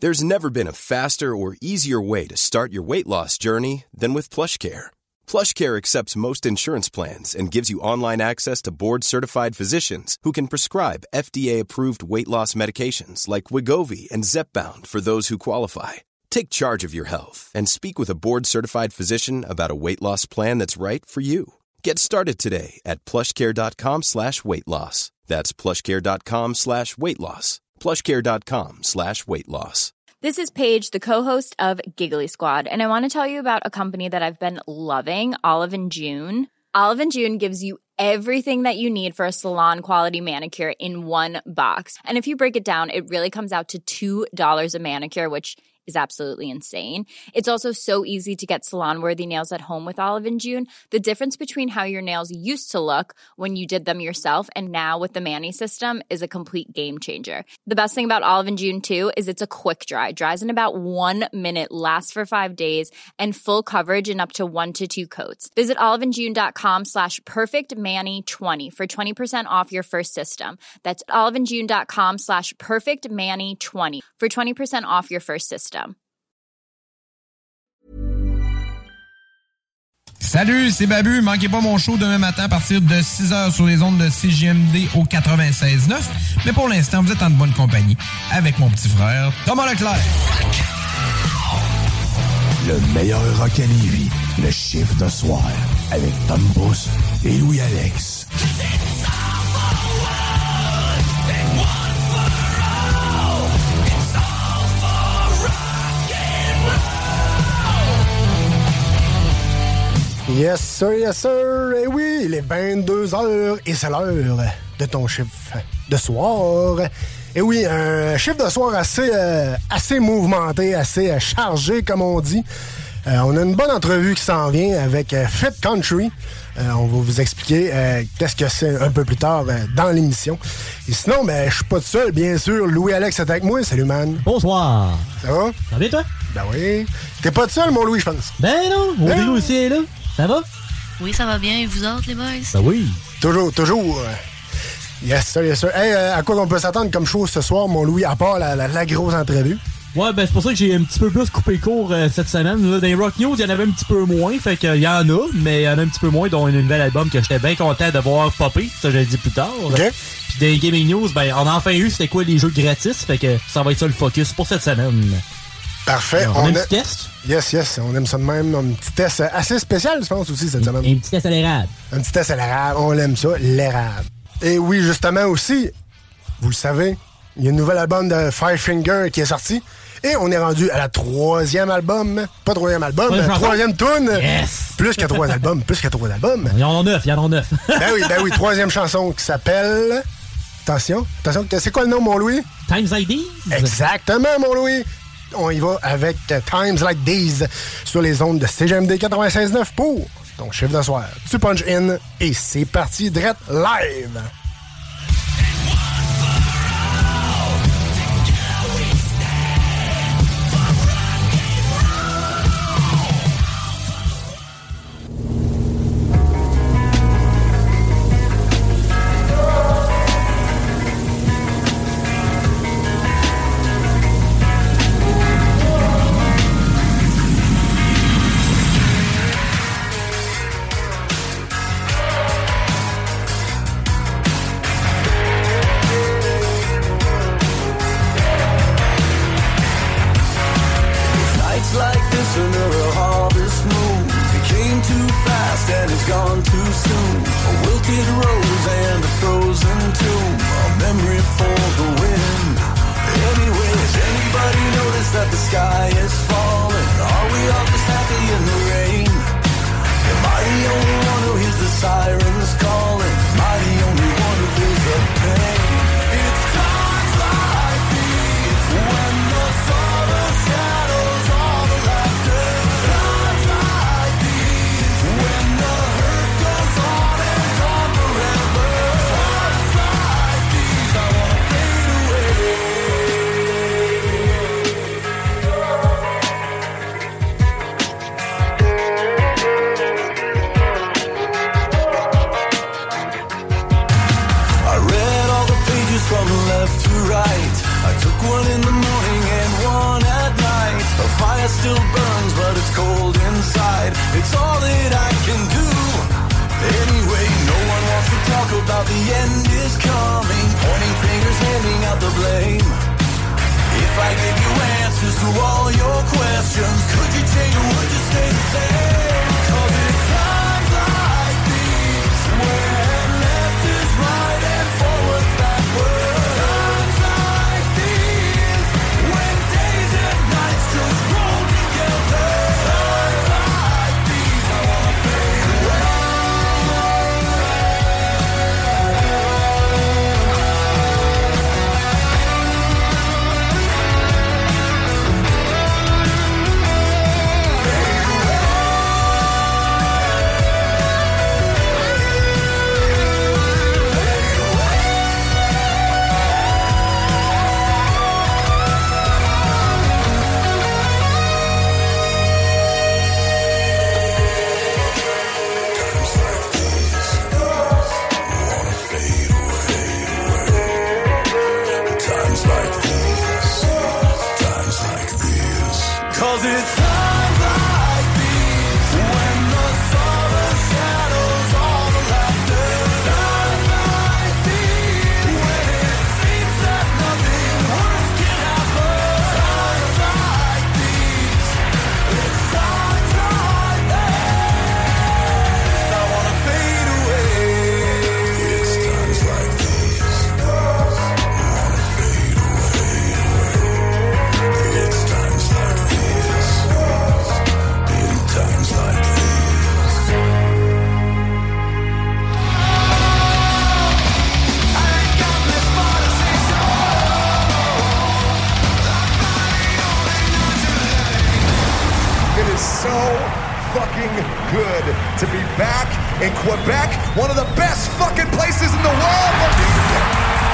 There's never been a faster or easier way to start your weight loss journey than with PlushCare. PlushCare accepts most insurance plans and gives you online access to board-certified physicians who can prescribe FDA-approved weight loss medications like Wegovy and Zepbound for those who qualify. Take charge of your health and speak with a board-certified physician about a weight loss plan that's right for you. Get started today at plushcare.com/weight loss. That's plushcare.com/weight loss. plushcare.com/weight loss. This is Paige, the co-host of Giggly Squad, and I want to tell you about a company that I've been loving, Olive & June. Olive & June gives you everything that you need for a salon-quality manicure in one box. And if you break it down, it really comes out to $2 a manicure, which is absolutely insane. It's also so easy to get salon-worthy nails at home with Olive & June. The difference between how your nails used to look when you did them yourself and now with the Mani system is a complete game changer. The best thing about Olive & June, too, is it's a quick dry. Dries in about 1 minute, lasts for 5 days, and full coverage in up to 1 to 2 coats. Visit oliveandjune.com/perfectmani20 for 20% off your first system. That's oliveandjune.com/perfectmani20 for 20% off your first system. Salut, c'est Babu. Manquez pas mon show demain matin à partir de 6h sur les ondes de CJMD au 96.9. Mais pour l'instant, vous êtes en bonne compagnie avec mon petit frère Thomas Leclerc. Le meilleur rock à Lévis, le chiffre de soir, avec Tom Bus et Louis-Alex. Yes sir, yes sir. Et oui, il est 22h et c'est l'heure de ton chiffre de soir. Et oui, un chiffre de soir assez mouvementé, assez chargé, comme on dit. On a une bonne entrevue qui s'en vient avec Fit Country. On va vous expliquer qu'est-ce que c'est un peu plus tard dans l'émission. Et sinon, je suis pas tout seul, bien sûr. Louis-Alex est avec moi. Salut, man. Bonsoir. Ça va? Ça va bien, toi? Ben oui. T'es pas tout seul, mon Louis, je pense. Ben non, mon Louis aussi est là. Ça va? Oui, ça va bien. Et vous autres, les boys? Ben oui. Toujours. Yes, sir, yes, sir. Hey, à quoi on peut s'attendre comme chose ce soir, mon Louis, à part la grosse entrevue? Ouais, ben c'est pour ça que j'ai un petit peu plus coupé court cette semaine. Dans les Rock News, il y en avait un petit peu moins, fait qu'il y en a, mais il y en a un petit peu moins, dont un nouvel album que j'étais bien content de voir popper, ça je le dis plus tard. Okay. Puis des Gaming News, ben on a enfin eu c'était quoi les jeux gratis, fait que ça va être ça le focus pour cette semaine. Parfait. On a un petit test? Yes, on aime ça de même. Un petit test assez spécial, je pense, aussi, cette semaine. Un petit test à l'érable. Un petit test à l'érable, on l'aime ça, l'érable. Et oui, justement aussi, vous le savez, il y a un nouvel album de Five Finger qui est sorti. Et on est rendu à la troisième album. Pas troisième album, mais troisième tune. Yes! Plus que trois albums. Il y en a 9. Ben oui, troisième chanson qui s'appelle... Attention, c'est quoi le nom, mon Louis? Times Like These? Exactement, mon Louis. On y va avec Times Like These sur les ondes de CJMD 96.9 pour ton chiffre de soir. Tu punch in et c'est parti, direct live. cold inside. It's all that I can do. Anyway, no one wants to talk about the end is coming. Pointing fingers, handing out the blame. If I gave you answers to all your questions, could you change or would you stay the same? 'Cause it's times like these when left is right and forward's backward. Times like these when days and nights just roll together. Times like these I wanna fade away. Cause it's times like these when the sorrow shadows all the laughter. Times like these when it seems that nothing worse can happen. Times like these, it's times like these I wanna fade away. It's times like these I wanna fade away. It's times like these. Times like these. I ain't got this far to say so. It is so fucking good to be back in Quebec, one of the best fucking places in the world for music.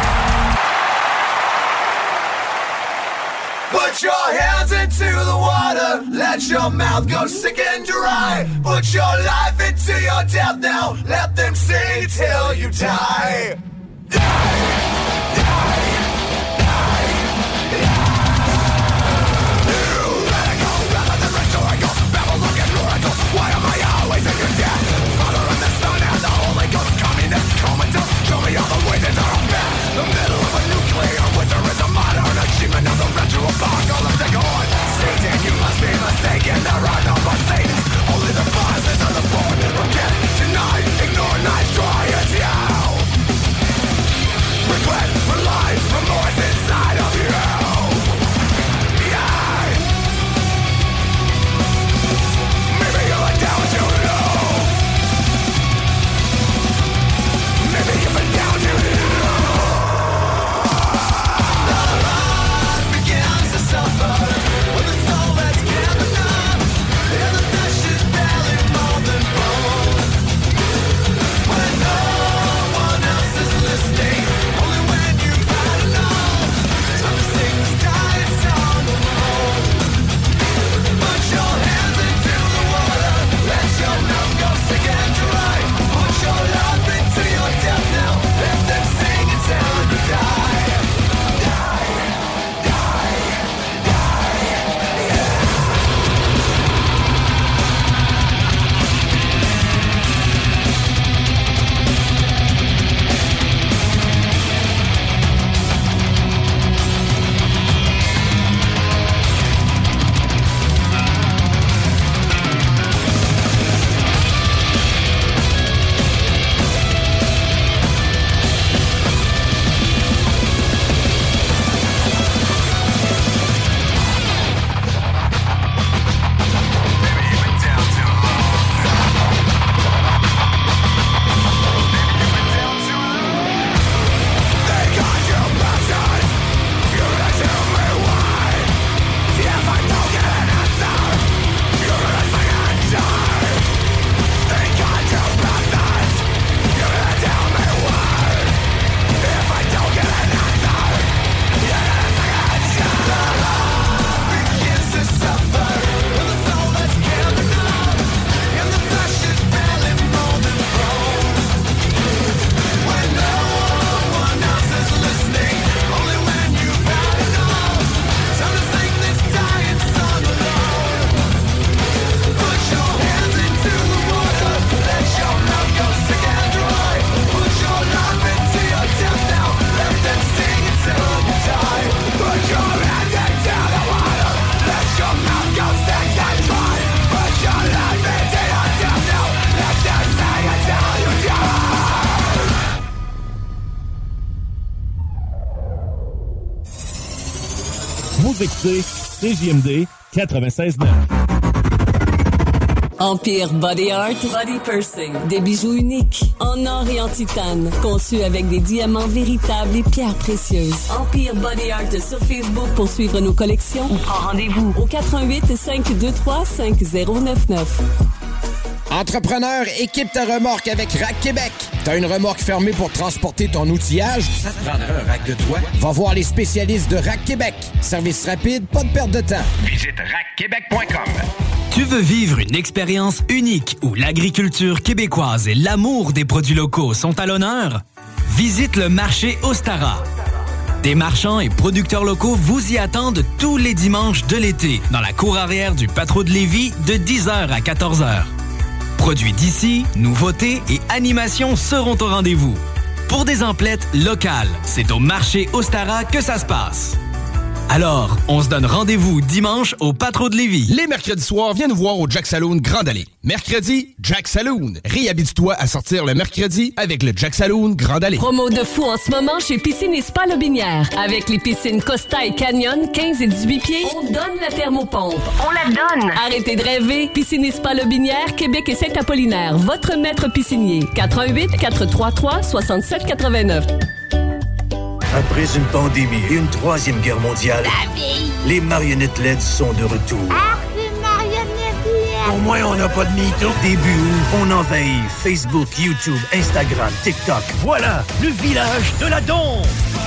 Put your hands into the water, let your mouth go sick and dry. Put your life into your death now, let them sing till you die. Why am I always in your debt? Father and the Son and the Holy Ghost, communist, comatose. Show me all the ways that are bad. The middle of a nuclear winter is a modern achievement of the ritual-apocalyptic horde. Satan, you must be mistaken. There are no more Satans, only the bosses of the born. Forget, deny, ignore, knives, try, it's you. Vous écoutez CJMD 96.9. Empire Body Art, Body Pursing. Des bijoux uniques, en or et en titane, conçus avec des diamants véritables et pierres précieuses. Empire Body Art sur Facebook pour suivre nos collections ou prends rendez-vous au 88 523 5099. Entrepreneur, équipe ta remorque avec Rack Québec. T'as une remorque fermée pour transporter ton outillage? Ça te prendra un rack de toit? Va voir les spécialistes de Rack Québec. Service rapide, pas de perte de temps. Visite rackquebec.com. Tu veux vivre une expérience unique où l'agriculture québécoise et l'amour des produits locaux sont à l'honneur? Visite le marché Ostara. Des marchands et producteurs locaux vous y attendent tous les dimanches de l'été dans la cour arrière du Patro de Lévis de 10h à 14h. Produits d'ici, nouveautés et animations seront au rendez-vous. Pour des emplettes locales, c'est au marché Ostara que ça se passe. Alors, on se donne rendez-vous dimanche au Patro de Lévis. Les mercredis soirs, viens nous voir au Jack Saloon Grande Allée. Mercredi, Jack Saloon. Réhabite-toi à sortir le mercredi avec le Jack Saloon Grande Allée. Promo de fou en ce moment chez Piscine et Spa Lobinière. Avec les piscines Costa et Canyon, 15 et 18 pieds, on donne la thermopompe. On la donne! Arrêtez de rêver. Piscine et Spa Lobinière, Québec et Saint-Apollinaire. Votre maître piscinier. 88 433 67 89. Après une pandémie et une troisième guerre mondiale, les marionnettes LED sont de retour. Au moins, on n'a pas de MeToo. Début août, on envahit Facebook, YouTube, Instagram, TikTok. Voilà, le village de la Dombe.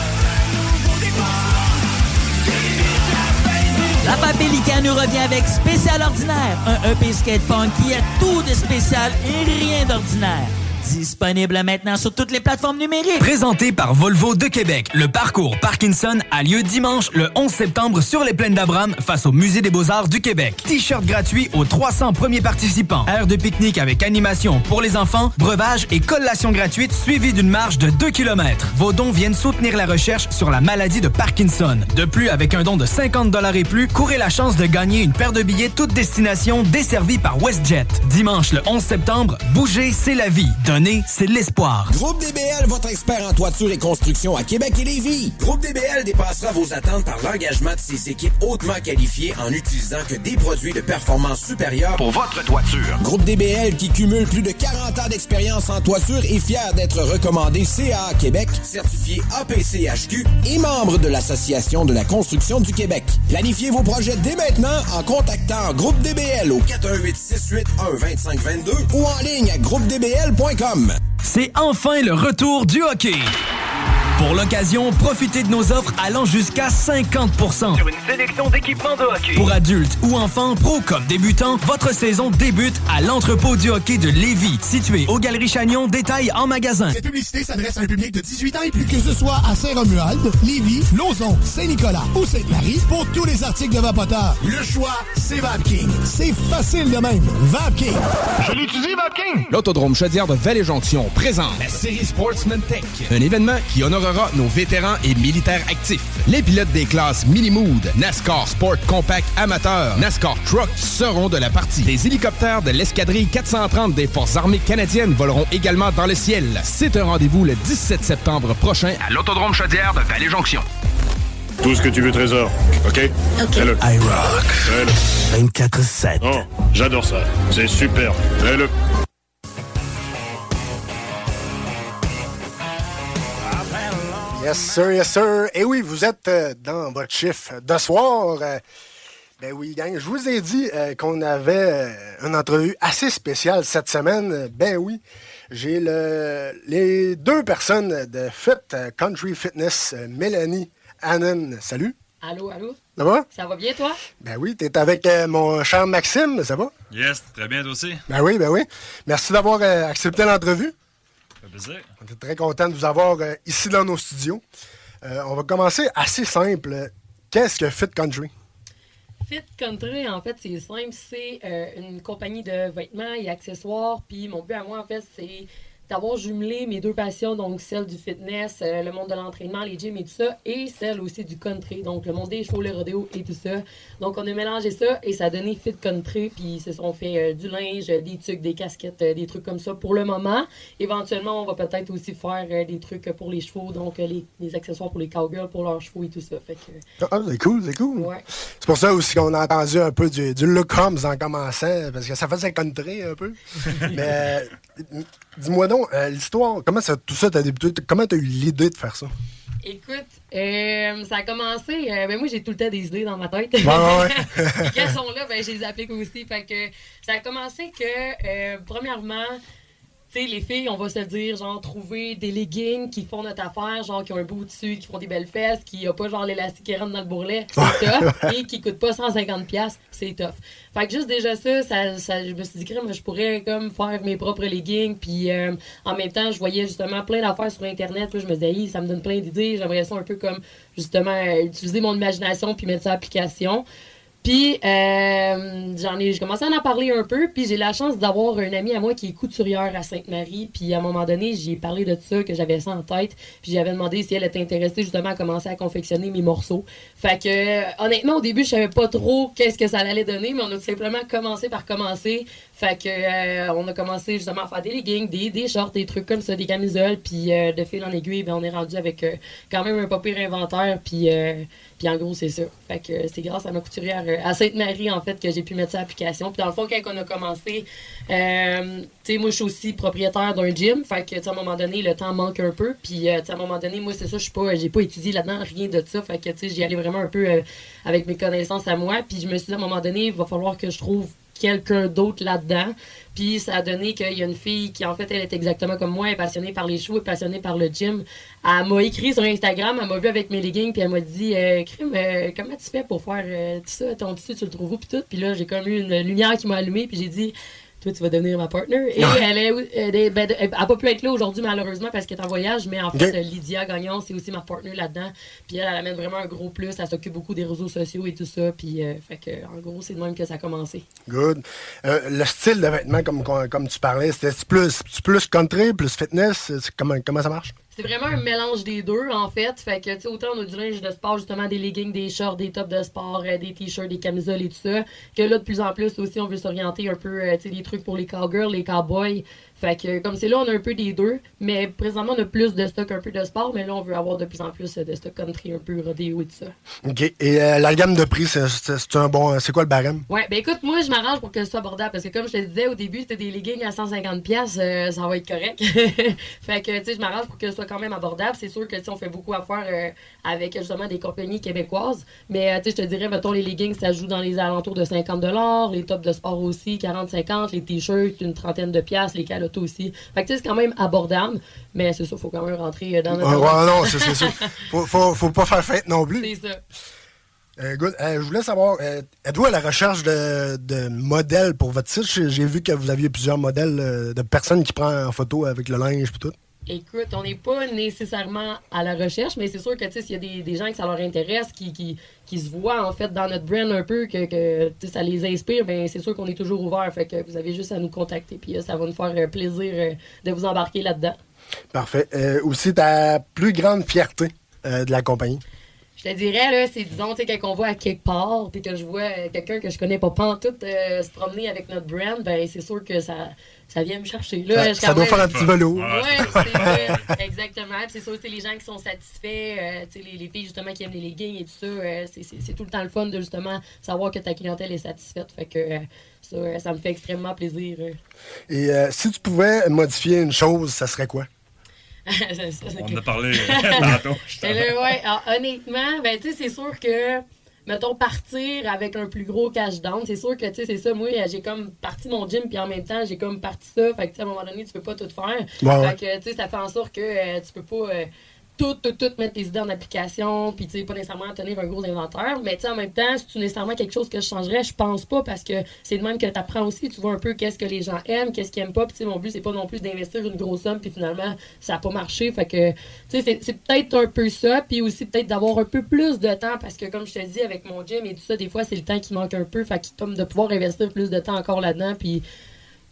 La Papélica nous revient avec Spécial Ordinaire, un EP skate punk qui a tout de spécial et rien d'ordinaire. Disponible maintenant sur toutes les plateformes numériques. Présenté par Volvo de Québec, le parcours Parkinson a lieu dimanche le 11 septembre sur les plaines d'Abraham face au Musée des Beaux-Arts du Québec. T-shirt gratuit aux 300 premiers participants. Aire de pique-nique avec animation pour les enfants, breuvage et collation gratuite suivie d'une marche de 2 km. Vos dons viennent soutenir la recherche sur la maladie de Parkinson. De plus, avec un don de 50$ et plus, courez la chance de gagner une paire de billets toute destination desservie par WestJet. Dimanche le 11 septembre, bouger, c'est la vie. Donner, c'est de l'espoir. Groupe DBL, votre expert en toiture et construction à Québec et Lévis. Groupe DBL dépassera vos attentes par l'engagement de ses équipes hautement qualifiées en utilisant que des produits de performance supérieure pour votre toiture. Groupe DBL qui cumule plus de 40 ans d'expérience en toiture est fier d'être recommandé CA Québec, certifié APCHQ et membre de l'Association de la construction du Québec. Planifiez vos projets dès maintenant en contactant Groupe DBL au 418-681-2522 ou en ligne à groupedbl.com. C'est enfin le retour du hockey. Pour l'occasion, profitez de nos offres allant jusqu'à 50%. Sur une sélection d'équipements de hockey. Pour adultes ou enfants, pros comme débutants, votre saison débute à l'entrepôt du hockey de Lévis, situé aux Galeries Chagnon, détail en magasin. Cette publicité s'adresse à un public de 18 ans et plus. Que ce soit à Saint-Romuald, Lévis, Lauson, Saint-Nicolas ou Sainte-Marie, pour tous les articles de Vapoteur, le choix, c'est Vapking. C'est facile de même. Vapking. Je l'utilise, Vapking. L'Autodrome Chaudière de Vallée-Jonction présente la série Sportsman Tech, un événement qui honorera nos vétérans et militaires actifs. Les pilotes des classes Mini-Mood, NASCAR Sport Compact Amateur, NASCAR Truck seront de la partie. Des hélicoptères de l'escadrille 430 des Forces armées canadiennes voleront également dans le ciel. C'est un rendez-vous le 17 septembre prochain à l'Autodrome Chaudière de Vallée-Jonction. Tout ce que tu veux, Trésor. OK? Fais-le. iRock. Fais-le. 24/7. Oh, j'adore ça. C'est super. Fais-le. Yes, sir, yes, sir. Et oui, vous êtes dans votre chiffre de soir. Ben oui, gang, je vous ai dit qu'on avait une entrevue assez spéciale cette semaine. Ben oui, j'ai les deux personnes de Fit Country Fitness, Mélanie, Annan. Salut. Allô, allô? Ça va? Ça va bien, toi? Ben oui, t'es avec mon cher Maxime, ça va? Yes, très bien, toi aussi. Ben oui, ben oui. Merci d'avoir accepté l'entrevue. Ça fait plaisir. On est très content de vous avoir ici dans nos studios. On va commencer assez simple. Qu'est-ce que Fit Country? Fit Country, en fait, c'est simple. C'est une compagnie de vêtements et accessoires. Puis mon but à moi, en fait, c'est d'avoir jumelé mes deux passions, donc celle du fitness, le monde de l'entraînement, les gyms et tout ça, et celle aussi du country, donc le monde des chevaux, les rodéos et tout ça. Donc on a mélangé ça et ça a donné Fit Country, puis ils se sont fait du linge, des tucs, des casquettes, des trucs comme ça pour le moment. Éventuellement, on va peut-être aussi faire des trucs pour les chevaux, donc les accessoires pour les cowgirls, pour leurs chevaux et tout ça. Fait que... Ah, c'est cool, c'est cool. Ouais. C'est pour ça aussi qu'on a entendu un peu du look homes en commençant, parce que ça faisait country un peu. Mais dis-moi donc, l'histoire, comment tout ça t'a débuté? Comment t'as eu l'idée de faire ça? Écoute, ça a commencé... moi, j'ai tout le temps des idées dans ma tête. Ouais. Et qu'elles sont là, je les applique aussi. Fait que ça a commencé que, premièrement... Tu sais, les filles, on va se le dire, genre, trouver des leggings qui font notre affaire, genre, qui ont un beau dessus, qui font des belles fesses, qui a pas, genre, l'élastique qui rentre dans le bourrelet, c'est tough, et qui coûte pas 150$, c'est tough. Fait que juste déjà ça, je me suis dit, crème, je pourrais, comme, faire mes propres leggings, puis en même temps, je voyais, justement, plein d'affaires sur Internet, puis je me disais, ça me donne plein d'idées, j'aimerais ça un peu comme, justement, utiliser mon imagination, puis mettre ça en application. Puis, j'ai commencé à en parler un peu, puis j'ai la chance d'avoir un ami à moi qui est couturière à Sainte-Marie, puis à un moment donné, j'ai parlé de ça, que j'avais ça en tête, puis j'avais demandé si elle était intéressée justement à commencer à confectionner mes morceaux. Fait que, honnêtement, au début, je savais pas trop qu'est-ce que ça allait donner, mais on a tout simplement commencé par commencer. Fait que, on a commencé justement à faire des leggings, des shorts, des trucs comme ça, des camisoles, puis de fil en aiguille, on est rendu avec quand même un pas pire inventaire, puis en gros, c'est ça. Fait que c'est grâce à ma couturière à Sainte-Marie, en fait, que j'ai pu mettre ça à application. Puis dans le fond, quand on a commencé, tu sais, moi, je suis aussi propriétaire d'un gym. Fait que, tu sais, à un moment donné, le temps manque un peu. Puis, tu sais, à un moment donné, moi, c'est ça, j'ai pas étudié là-dedans, rien de ça. Fait que, tu sais, j'y allais vraiment un peu avec mes connaissances à moi. Puis je me suis dit, à un moment donné, il va falloir que je trouve quelqu'un d'autre là-dedans. Puis ça a donné qu'il y a une fille qui, en fait, elle est exactement comme moi, elle est passionnée par les chevaux, elle est passionnée par le gym. Elle m'a écrit sur Instagram, elle m'a vu avec mes leggings, puis elle m'a dit Crime, comment tu fais pour faire tout ça, ton tissu, tu le trouves où, puis tout. Puis là, j'ai comme eu une lumière qui m'a allumée, puis j'ai dit toi, tu vas devenir ma partner. Et elle n'a pas pu être là aujourd'hui, malheureusement, parce qu'elle est en voyage. Mais en fait, Lydia Gagnon, c'est aussi ma partner là-dedans. Puis elle amène vraiment un gros plus. Elle s'occupe beaucoup des réseaux sociaux et tout ça. Puis, fait que, en gros, c'est de même que ça a commencé. Good. Le style de vêtements, comme tu parlais, c'était plus country, plus fitness? Comment ça marche? C'est vraiment un mélange des deux, en fait. Fait que, tu sais, autant on a du linge de sport, justement, des leggings, des shorts, des tops de sport, des t-shirts, des camisoles et tout ça. Que là, de plus en plus, aussi, on veut s'orienter un peu, tu sais, des trucs pour les cowgirls, les cowboys. Fait que, comme c'est là, on a un peu des deux. Mais présentement, on a plus de stock un peu de sport. Mais là, on veut avoir de plus en plus de stock country, un peu rodéo et tout ça. OK. Et la gamme de prix, c'est un bon... C'est quoi le barème? Ouais, ben écoute, moi, je m'arrange pour que ce soit abordable. Parce que comme je te disais au début, c'était des leggings à 150$, ça va être correct. Fait que, tu sais, je m'arrange pour que ce soit quand même abordable. C'est sûr que, tu sais, on fait beaucoup affaire avec, justement, des compagnies québécoises. Mais, tu sais, je te dirais, mettons, les leggings, ça joue dans les alentours de 50$. Les tops de sport aussi, 40-50$. Les t-shirts, une trentaine de piastres. Les calottes aussi. Fait que, tu sais, c'est quand même abordable. Mais c'est ça, faut quand même rentrer dans notre... Ouais, non, c'est ça. Faut pas faire fête non plus. C'est ça. Good. Je voulais savoir, êtes-vous à la recherche de modèles pour votre site? J'ai vu que vous aviez plusieurs modèles de personnes qui prennent en photo avec le linge et tout. Écoute, on n'est pas nécessairement à la recherche, mais c'est sûr que, tu sais, s'il y a des gens que ça leur intéresse, qui se voient, en fait, dans notre brand un peu, que ça les inspire, bien, c'est sûr qu'on est toujours ouvert. Fait que vous avez juste à nous contacter, puis ça va nous faire plaisir de vous embarquer là-dedans. Parfait. Aussi, ta plus grande fierté de la compagnie? Je te dirais, là, c'est, disons, tu sais, quand on va à quelque part, puis que je vois quelqu'un que je connais pas pantoute se promener avec notre brand, ben c'est sûr que ça vient me chercher. Là, ça doit faire un petit vélo. Oui, c'est ça. Exactement. Puis c'est sûr, c'est les gens qui sont satisfaits, tu sais, les filles, justement, qui aiment les leggings et tout ça, c'est tout le temps le fun de, justement, savoir que ta clientèle est satisfaite. Fait que ça me fait extrêmement plaisir. Et si tu pouvais modifier une chose, ça serait quoi? On en a parlé tantôt. Ouais, alors, honnêtement, ben, tu sais, c'est sûr que, mettons, partir avec un plus gros cash down, c'est sûr que, tu sais, c'est ça. Moi, j'ai comme parti mon gym, puis en même temps, j'ai comme parti ça. Fait que, tu sais, à un moment donné, tu peux pas tout faire. Ouais. Fait que, tu sais, ça fait en sorte que tu peux pas tout mettre tes idées en application, puis, tu sais, pas nécessairement tenir un gros inventaire. Mais, tu sais, en même temps, c'est nécessairement quelque chose que je changerais. Je pense pas, parce que c'est de même que t'apprends aussi. Tu vois un peu qu'est-ce que les gens aiment, qu'est-ce qu'ils aiment pas. Puis, tu sais, mon but, c'est pas non plus d'investir une grosse somme, puis finalement, ça a pas marché. Fait que, tu sais, c'est peut-être un peu ça, puis aussi peut-être d'avoir un peu plus de temps, parce que, comme je te dis, avec mon gym et tout ça, des fois, c'est le temps qui manque un peu. Fait que, comme de pouvoir investir plus de temps encore là-dedans, puis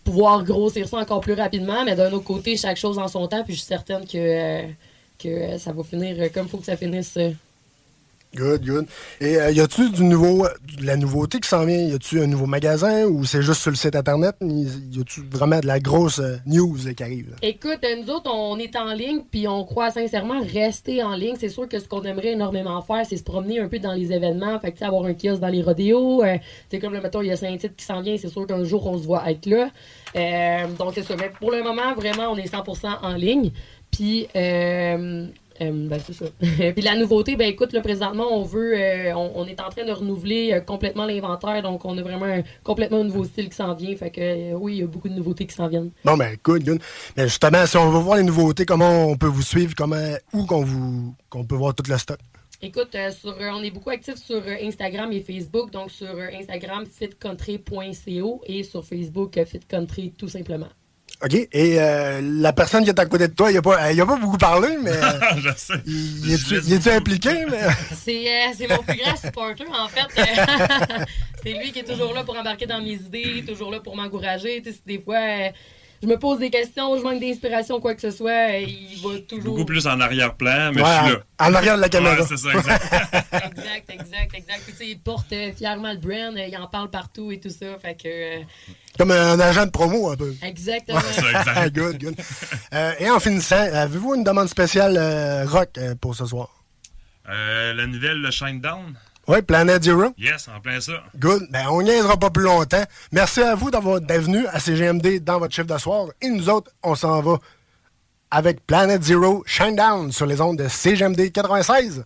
pouvoir grossir ça encore plus rapidement, mais d'un autre côté, chaque chose en son temps, puis je suis certaine que ça va finir comme il faut que ça finisse. Good. Et y a-tu de la nouveauté qui s'en vient? Y a-tu un nouveau magasin ou c'est juste sur le site Internet? Y a-tu vraiment de la grosse news qui arrive? Là? Écoute, nous autres, on est en ligne, puis on croit sincèrement rester en ligne. C'est sûr que ce qu'on aimerait énormément faire, c'est se promener un peu dans les événements, fait que avoir un kiosque dans les rodéos. C'est comme, mettons, il y a Saint-Tite qui s'en vient, c'est sûr qu'un jour, on se voit être là. Donc, c'est ça. Mais pour le moment, vraiment, on est 100% en ligne. Puis... c'est ça. Puis la nouveauté, écoute, là, présentement, on est en train de renouveler complètement l'inventaire, donc on a vraiment complètement un nouveau style qui s'en vient. Fait que oui, il y a beaucoup de nouveautés qui s'en viennent. Bon, good. Mais justement, si on veut voir les nouveautés, comment on peut vous suivre, où qu'on peut voir tout le stock? Écoute, on est beaucoup actifs sur Instagram et Facebook, donc sur Instagram, fitcountry.co et sur Facebook, fitcountry tout simplement. OK. Et la personne qui est à côté de toi, il a pas beaucoup parlé, mais... Je sais. Il est-tu impliqué? Mais... C'est mon plus grand supporter, en fait. C'est lui qui est toujours là pour embarquer dans mes idées, toujours là pour m'encourager. Tu sais, des fois... je me pose des questions, je manque d'inspiration, quoi que ce soit, il va toujours... Beaucoup plus en arrière-plan, mais je suis là. En arrière de la caméra. Ouais, c'est ça, exact. exact. Puis, tu sais, il porte fièrement le brand, il en parle partout et tout ça, fait que... Comme un agent de promo, un peu. Exactement. C'est good. Et en finissant, avez-vous une demande spéciale rock pour ce soir? La nouvelle, le Shinedown. Oui, Planet Zero. Yes, en plein ça. Good. On n'y aidera pas plus longtemps. Merci à vous d'être venu à CGMD dans votre chiffre de soir. Et nous autres, on s'en va avec Planet Zero Shinedown sur les ondes de CGMD 96.9.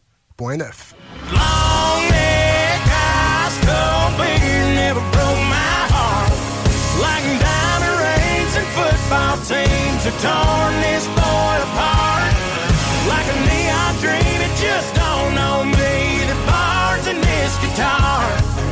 Teams have torn this boy apart like a neon dream. It just don't know me. The bars in this guitar.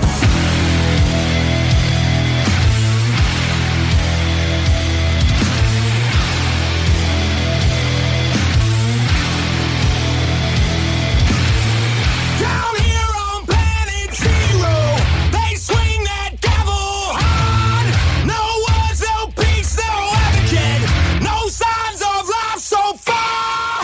Down here on Planet Zero, they swing that gavel hard. No words, no peace, no advocate. No signs of life so far.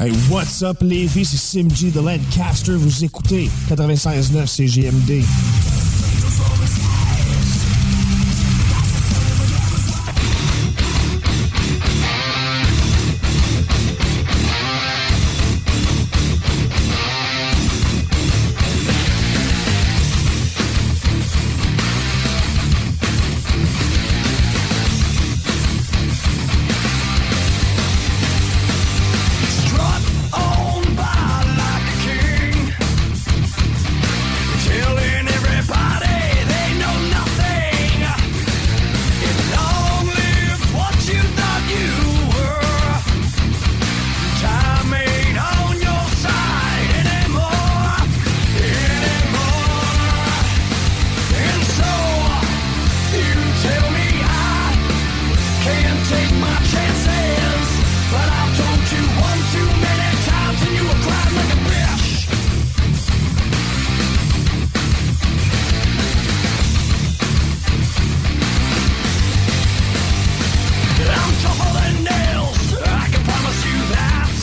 Hey, what's up, Lévis? C'est Sim G de Lancaster. Vous écoutez 96.9 CJMD. Telling everybody they know nothing. And long live what you thought you were. Time ain't on your side anymore. And so you tell me I can't take my chances, but I've told you one too many times and you were crying like a bitch. I'm tougher than nails, I can promise you that.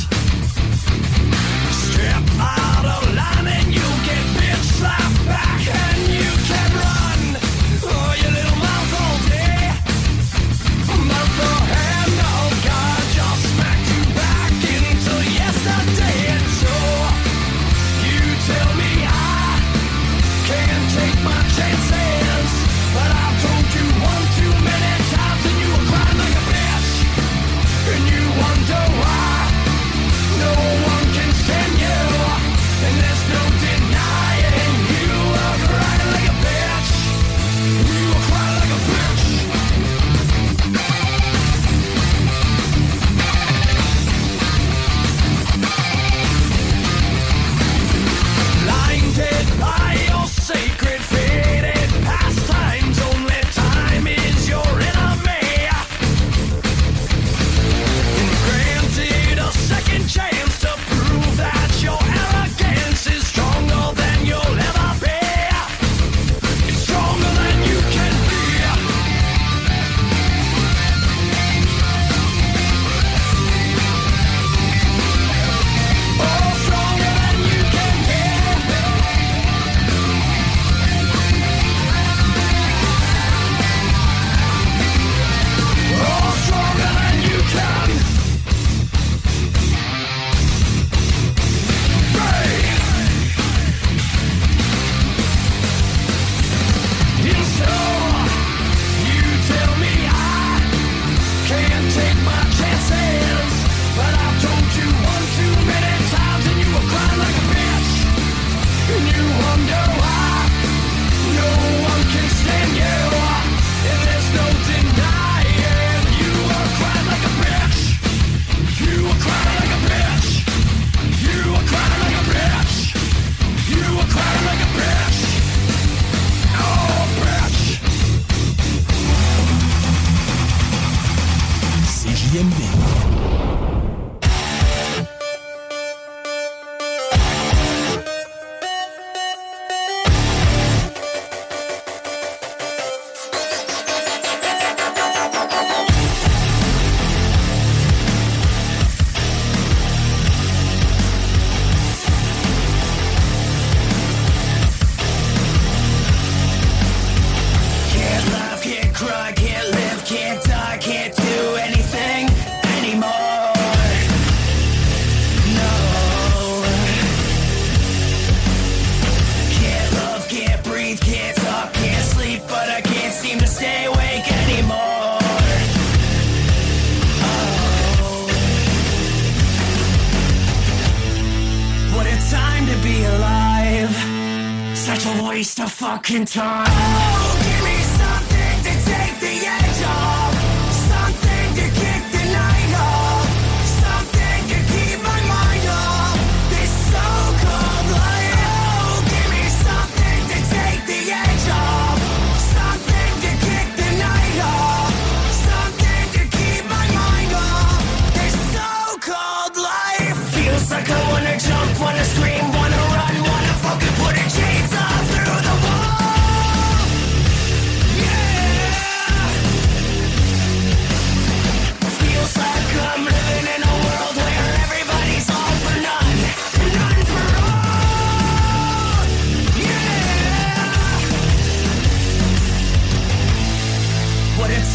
Step out of line and you'll get bitch slapped back. And you can run, oh, your little mouth all day. But the hand of God just smacked you back into yesterday. And so you tell me I can't take my chances, but I've told you one too many times and you were crying like a bitch. And you wonder why no one can stand you, and there's no denying you were crying like a bitch. You were crying like a bitch. Blinded by your sacred faded pastimes, only time is your enemy. And granted a second chance to prove that your arrogance is stronger than you'll ever be. It's stronger than you can be. Oh, stronger than you can get. Oh, stronger than you can. And so you tell me I can't take my chances, but I've told you one too many times and you were crying like a bitch. And you wonder why no one can stand you, and there's no denying you were crying like a bitch. You were crying like a bitch. You were crying like a bitch. You were crying like a bitch. Oh, bitch. CJMD. Can't laugh, can't cry, can't live, can't die, can't do anything anymore. No. Can't love, can't breathe, can't talk, can't sleep, but I can't seem to stay awake anymore. Oh. What a time to be alive. Such a waste of fucking time. Oh, give me something to take the edge off. Something to kick the night off. Something to keep my mind off this so-called life. Oh, give me something to take the edge off. Something to kick the night off. Something to keep my mind off this so-called life. Feels like I wanna jump, wanna scream, wanna run, wanna fucking put a chainsaw through the wall.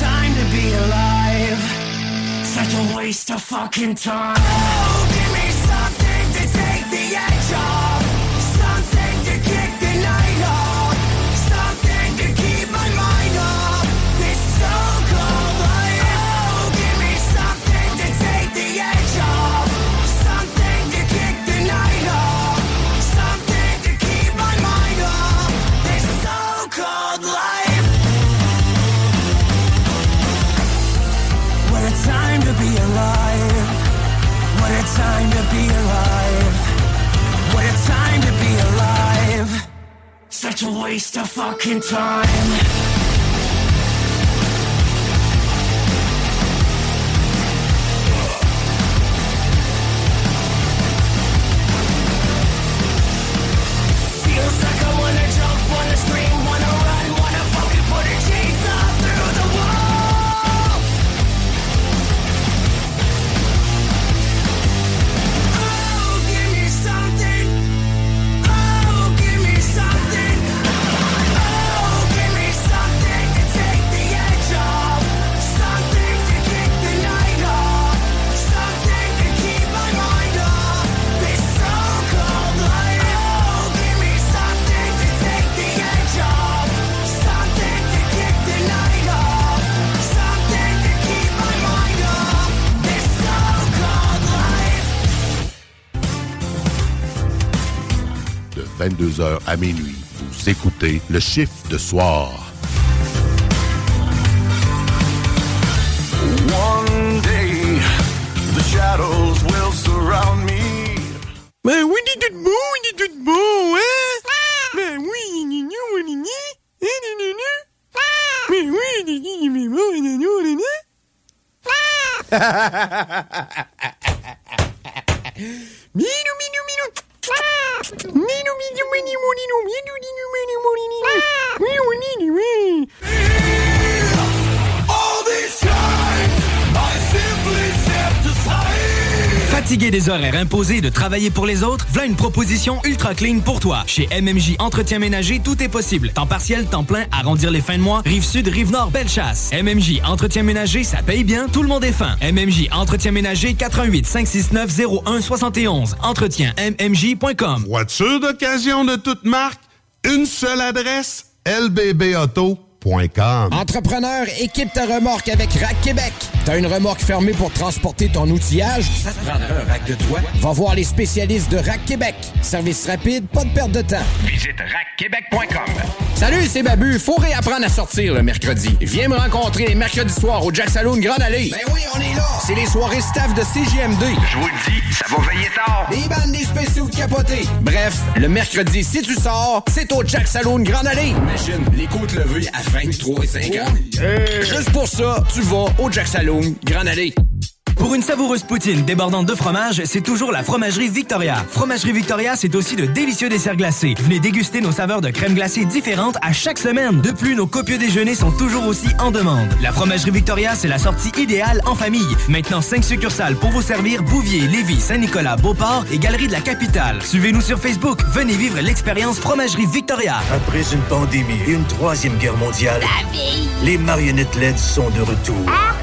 time to be alive. Such a waste of fucking time. Oh, give me something to take the edge off. Something to kick the night off. Something to keep my mind off this so-called life. Oh, give me something to take the edge off. Something to kick the night off. Something to keep my mind off this so-called life. What a time to be alive. What a time to be alive. What a time to be alive. Such a waste of fucking time. Feels like I wanna jump, wanna scream, wanna run, wanna fucking put a chainsaw through the wall. Oh, give me something. Oh, give me something. Oh, give me something to take the edge off. Something to kick the night off. Something to keep my mind off this so-called life. Oh, give me something to take the edge off. Something to kick the night off. Something to keep my mind off this so-called life. De 22h à minuit, vous écoutez le chiffre de soir. One day, the shadows will surround me. Ben oui, c'est tout beau, hein? Ben oui, mais oui, All this time, I simply stepped aside. Fatigué des horaires imposés de travailler pour les autres? V'là une proposition ultra clean pour toi. Chez MMJ Entretien Ménager, tout est possible. Temps partiel, temps plein, arrondir les fins de mois, Rive-Sud, Rive-Nord, Bellechasse. MMJ Entretien Ménager, ça paye bien, tout le monde est fin. MMJ Entretien Ménager, 88 569 0171. Entretien-mmj.com. Voiture d'occasion de toute marque, une seule adresse, lbbauto.com. Entrepreneur, équipe ta remorque avec Rack Québec. T'as une remorque fermée pour transporter ton outillage? Ça te prendra un rack de toi? Va voir les spécialistes de Rack Québec. Service rapide, pas de perte de temps. Visite rackquebec.com. Salut, c'est Babu. Faut réapprendre à sortir le mercredi. Viens me rencontrer les mercredis soirs au Jack Saloon Grande Allée. Ben oui, on est là. C'est les soirées staff de CJMD. Je vous le dis, ça va veiller tard. Des bandes, des spéciaux de capotés. Bref, le mercredi, si tu sors, c'est au Jack Saloon Grande Allée. Imagine, les côtes levées à 23,50. Juste pour ça, tu vas au Jack Saloon Grande Allée. Pour une savoureuse poutine débordante de fromage, c'est toujours la Fromagerie Victoria. Fromagerie Victoria, c'est aussi de délicieux desserts glacés. Venez déguster nos saveurs de crème glacée différentes à chaque semaine. De plus, nos copieux déjeuners sont toujours aussi en demande. La Fromagerie Victoria, c'est la sortie idéale en famille. Maintenant, 5 succursales pour vous servir: Bouvier, Lévis, Saint-Nicolas, Beauport et Galerie de la Capitale. Suivez-nous sur Facebook. Venez vivre l'expérience Fromagerie Victoria. Après une pandémie et une troisième guerre mondiale, les marionnettes LED sont de retour.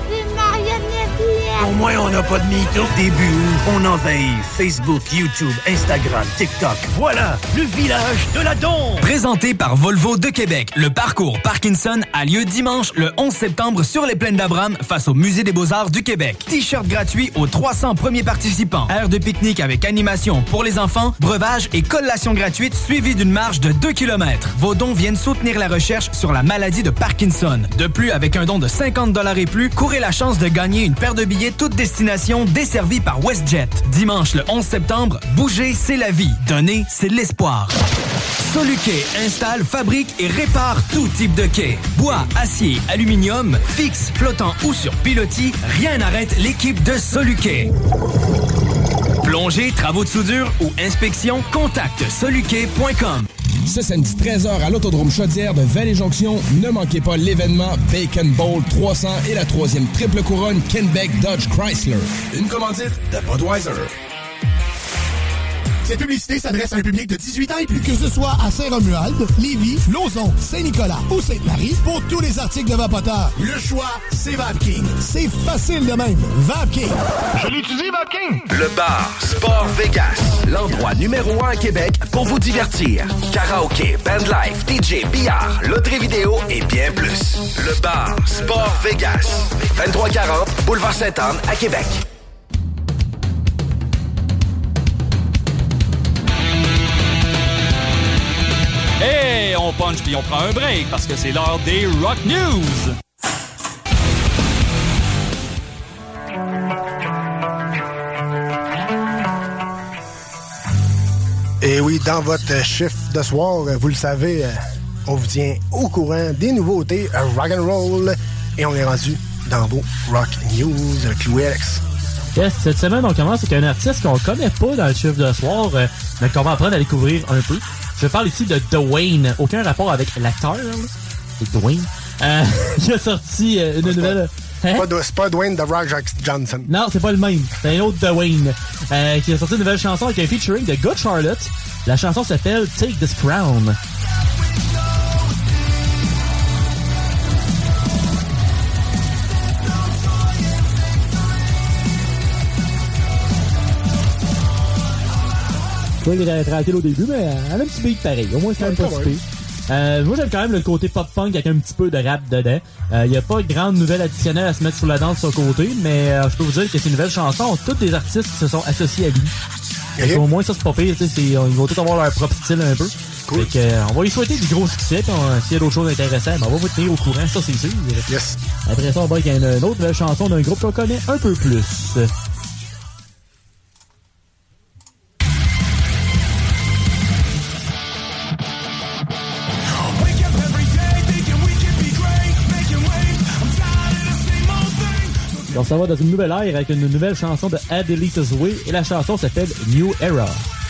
Au moins, on n'a pas de MeToo. Début août, on envahit Facebook, YouTube, Instagram, TikTok. Voilà, le village de la Dombe. Présenté par Volvo de Québec, le parcours Parkinson a lieu dimanche le 11 septembre sur les plaines d'Abraham face au Musée des Beaux-Arts du Québec. T-shirt gratuit aux 300 premiers participants. Aire de pique-nique avec animation pour les enfants, breuvage et collation gratuite suivie d'une marche de 2 km. Vos dons viennent soutenir la recherche sur la maladie de Parkinson. De plus, avec un don de 50 $ et plus, courez la chance de gagner une paire de billets toute destination desservie par WestJet. Dimanche le 11 septembre, bouger, c'est la vie. Donner, c'est l'espoir. Soluquet installe, fabrique et répare tout type de quai. Bois, acier, aluminium, fixe, flottant ou sur pilotis, rien n'arrête l'équipe de Soluquet. Plongée, travaux de soudure ou inspection, contacte soluquet.com. Ce samedi 13h à l'Autodrome Chaudière de Vallée-Jonction, ne manquez pas l'événement Bacon Bowl 300 et la 3e triple couronne Kenbeck Dodge Chrysler. Une commandite de Budweiser. Cette publicité s'adresse à un public de 18 ans et plus. Que ce soit à Saint-Romuald, Lévis, Lauson, Saint-Nicolas ou Sainte-Marie, pour tous les articles de Vapoteur, le choix, c'est VapKing. C'est facile de même. VapKing. Je l'utilise, VapKing. Le bar Sport Vegas. L'endroit numéro 1 à Québec pour vous divertir. Karaoké, bandlife, DJ, billard, loterie vidéo et bien plus. Le bar Sport Vegas. 2340 Boulevard Sainte-Anne à Québec. Hey, on punch puis on prend un break parce que c'est l'heure des Rock News. Et oui, dans votre chiffre de soir, vous le savez, on vous tient au courant des nouveautés rock and roll et on est rendu dans vos Rock News avec Louis Alex. Yes, cette semaine, on commence avec un artiste qu'on connaît pas dans le chiffre de soir, mais qu'on va apprendre à découvrir un peu. Je parle ici de Dwayne. Aucun rapport avec l'acteur, c'est Dwayne. Il a sorti une nouvelle... Hein? C'est pas Dwayne The Rock Johnson. Non, c'est pas le même. C'est un autre Dwayne. Qui a sorti une nouvelle chanson avec un featuring de Good Charlotte. La chanson s'appelle Take This Crown. Oui, il était tranquille au début, mais elle a un petit beat pareil. Au moins, c'est quand même pas si pire. Moi, j'aime quand même le côté pop-punk avec un petit peu de rap dedans. Il n'y a pas de grande nouvelle additionnelle à se mettre sur la danse de son côté, mais je peux vous dire que ces nouvelles chansons, tous des artistes qui se sont associés à lui. Okay. Au moins, ça, c'est pas pire. Ils vont tous avoir leur propre style un peu. Cool. Fait que, on va lui souhaiter du gros succès. Puis s'il y a d'autres choses intéressantes, on va vous tenir au courant, ça, c'est sûr. Yes. Après ça, on va avec une autre nouvelle chanson d'un groupe qu'on connaît un peu plus. On s'en va dans une nouvelle ère avec une nouvelle chanson de Adelita's Way et la chanson s'appelle New Era.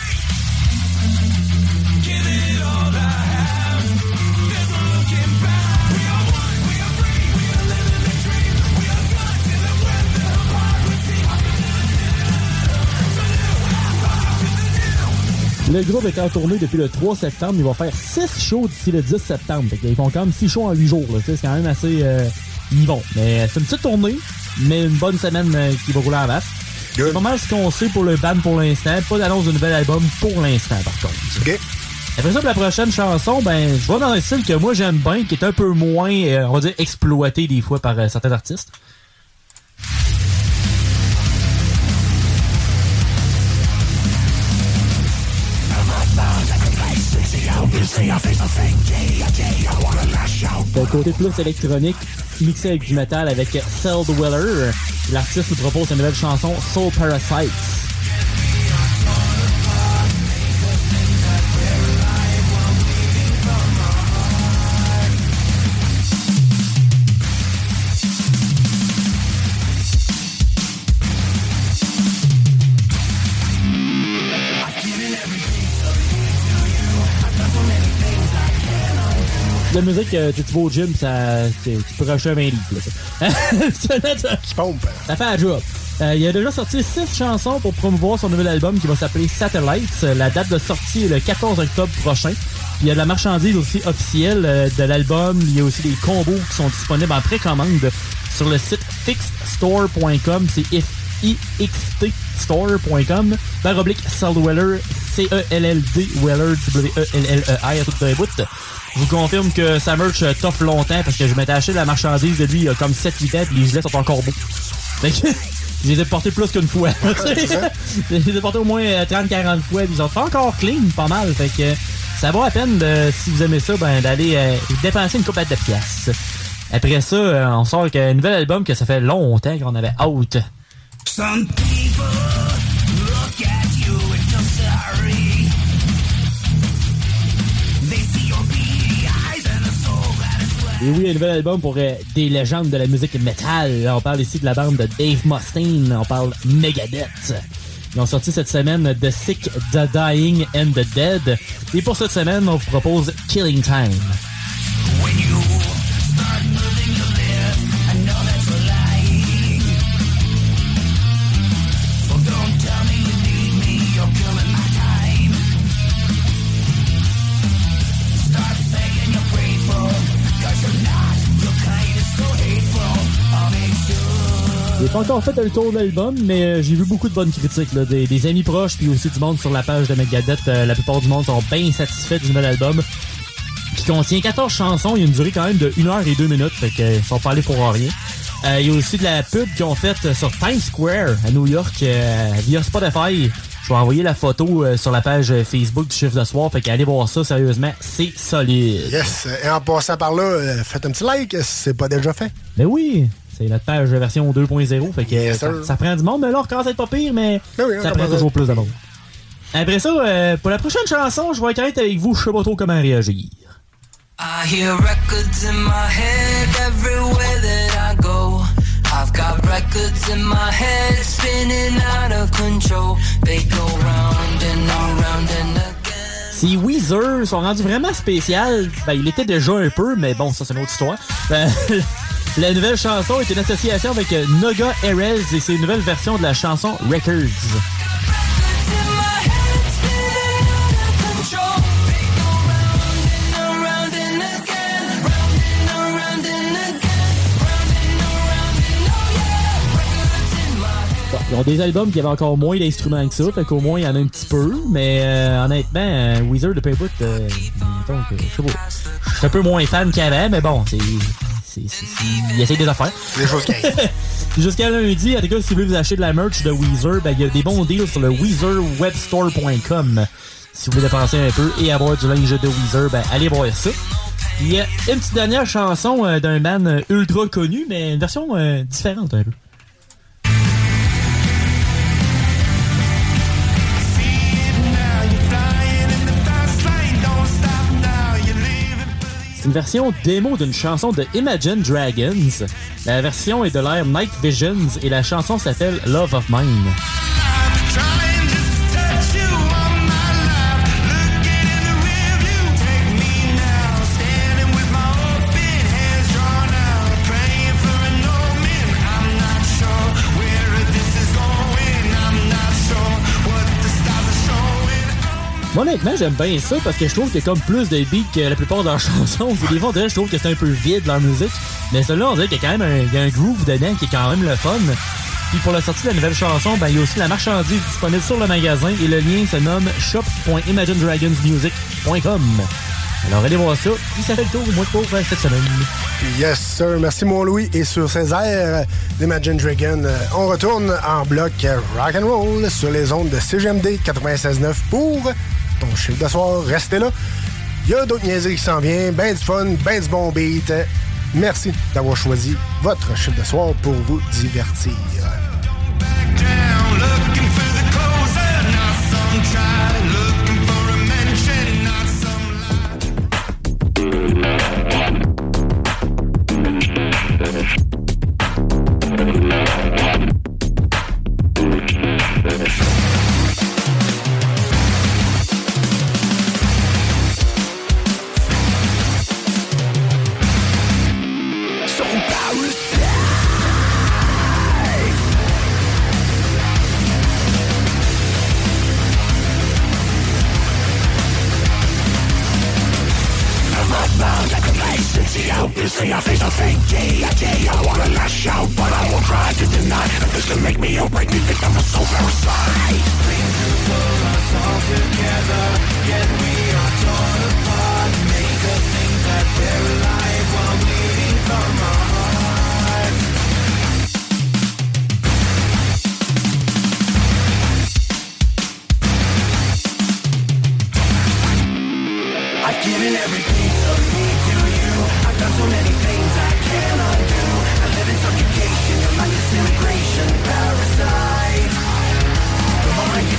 Le groupe est en tournée depuis le 3 septembre. Ils vont faire 6 shows d'ici le 10 septembre. Ils font quand même 6 shows en 8 jours. C'est quand même assez... Ils vont. Mais c'est une petite tournée, mais une bonne semaine qui va rouler en masse. C'est pas mal ce qu'on sait pour le band pour l'instant. Pas d'annonce de nouvel album pour l'instant, par contre. Okay. Après ça, pour la prochaine chanson, je vais dans un style que moi j'aime bien, qui est un peu moins, on va dire, exploité des fois par certains artistes. Le côté plus électronique, mixé avec du métal avec Cell Dweller. L'artiste nous propose sa nouvelle chanson Soul Parasites. La musique, tu vas au gym, tu peux racheter un 20 livres. Tu pompes. Ça fait un job. Il a déjà sorti 6 chansons pour promouvoir son nouvel album qui va s'appeler Satellites. La date de sortie est le 14 octobre prochain. Il y a de la marchandise aussi officielle de l'album. Il y a aussi des combos qui sont disponibles en précommande sur le site fixedstore.com. C'est fixtstore.com. /Celldweller, C-E-L-L-D, Weller, W-E-L-L-E-R, tout de bout. Je vous confirme que sa merch t'offre longtemps parce que je m'étais acheté de la marchandise de lui il y a comme 7-8 ans et les gilets sont encore beaux. Fait que je les ai portés plus qu'une fois. Je les ai portés au moins 30-40 fois. Ils sont encore clean, pas mal. Fait que ça vaut la peine, si vous aimez ça, d'aller dépenser une couple de piastres. Après ça, on sort avec un nouvel album que ça fait longtemps qu'on avait out. Some people look at you and feel sorry. They see your beady eyes and a soul that is black. Et oui, un nouvel album pour des légendes de la musique métal. On parle ici de la bande de Dave Mustaine. On parle Megadeth. Ils ont sorti cette semaine The Sick, The Dying and The Dead. Et pour cette semaine, on vous propose Killing Time. When you start moving your lips, I know that you're lying. So don't tell me you need me, you're killing my time. J'ai pas encore fait le tour de l'album, mais j'ai vu beaucoup de bonnes critiques, là, des amis proches, puis aussi du monde sur la page de Megadeth. La plupart du monde sont bien satisfaits du nouvel album, qui contient 14 chansons. Il y a une durée quand même de 1 heure et 2 minutes, fait qu'ils sont pas allés pour rien. Il y a aussi de la pub qu'ils ont faite sur Times Square à New York via Spotify. Je vais envoyer la photo sur la page Facebook du Chiffre de soir, fait qu'allez voir ça, sérieusement, c'est solide. Yes, et en passant par là, faites un petit like si c'est pas déjà fait. Ben oui, c'est notre page version 2.0, fait que ça prend du monde, mais là, on commence à être pas pire, mais ça prend toujours plus de monde. Après ça, pour la prochaine chanson, je vais être honnête avec vous, je sais pas trop comment réagir. I hear records in my head everywhere that I go. I've got records in my head spinning out of control. They go round and around and again. Si Weezer sont rendus vraiment spécial, ben il était déjà un peu, mais bon, ça c'est une autre histoire. La nouvelle chanson est une association avec Noga Erez et c'est une nouvelle version de la chanson Records. Ils ont des albums qui avaient encore moins d'instruments que ça, fait qu'au moins il y en a un petit peu, mais honnêtement, Weezer de Payboot, je sais pas, je suis un peu moins fan qu'avant, mais bon, il essaye des affaires. Les choses qui arrivent. Jusqu'à lundi, en tout cas, si vous voulez vous acheter de la merch de Weezer, ben il y a des bons deals sur le WeezerWebstore.com. Si vous voulez dépenser un peu et avoir du linge de Weezer, ben allez voir ça. Il y a une petite dernière chanson d'un band ultra connu, mais une version différente un peu. C'est une version démo d'une chanson de Imagine Dragons. La version est de l'ère Night Visions et la chanson s'appelle Love of Mine. Moi, honnêtement, j'aime bien ça parce que je trouve qu'il y a comme plus de beats que la plupart de leurs chansons. Des fois, on dirait, je trouve que c'est un peu vide leur musique. Mais celle-là, on dirait qu'il y a quand même un groove dedans qui est quand même le fun. Puis pour la sortie de la nouvelle chanson, ben il y a aussi la marchandise disponible sur le magasin et le lien se nomme shop.imaginedragonsmusic.com. Alors allez voir ça, puis ça fait le tour du mois de pauvre cette semaine. Yes sir, merci mon Louis. Et sur ces airs d'Imagine Dragon, on retourne en bloc rock and roll sur les ondes de CGMD 96.9 pour ton chiffre de soir. Restez là. Il y a d'autres niaiseries qui s'en viennent, ben du fun, ben du bon beat. Merci d'avoir choisi votre chiffre de soir pour vous divertir. Obviously I face a fake day. I wanna lash out, but I won't try to deny. If this can make me or break me, victim of soul parasite. Things to pull us all together, yet we are torn apart. Make us think that we're alive while bleeding from our hearts. I've given every piece of me to you. I've done so many things I can't undo. I live in subjugation, you're my disintegration parasite. The more I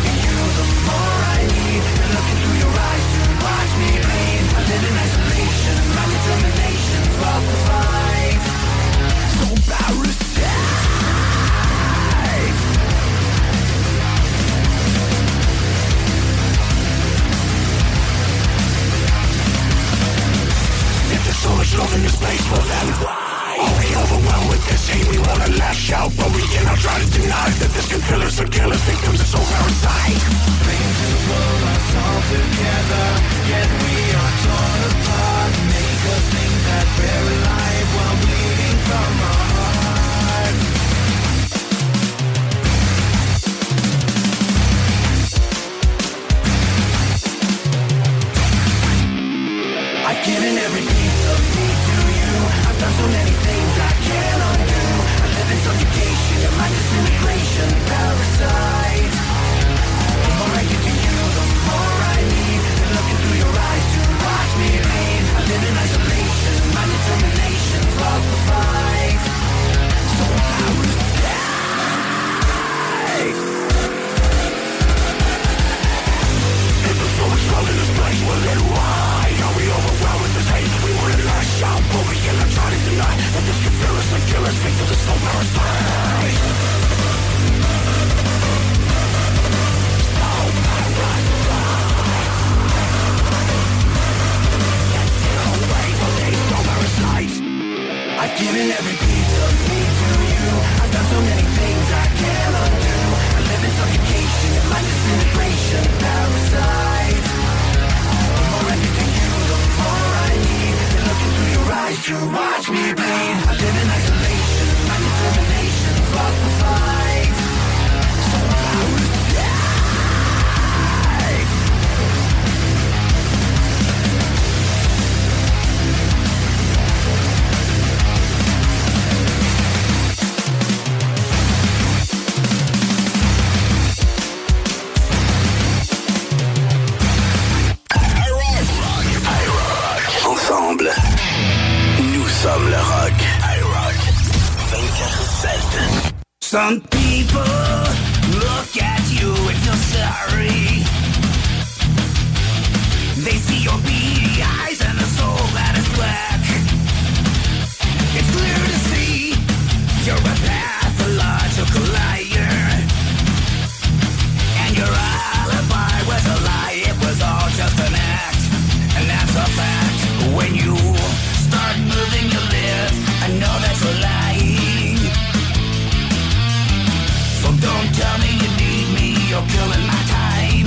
Some people look at you and feel sorry. They see your beady eyes and a soul that is black. It's clear to see you're a pathological liar. And your alibi was a lie, it was all just an act. And that's a fact. When you start moving your lips, I know that you're lying. So don't tell me you need me, you're killing my time.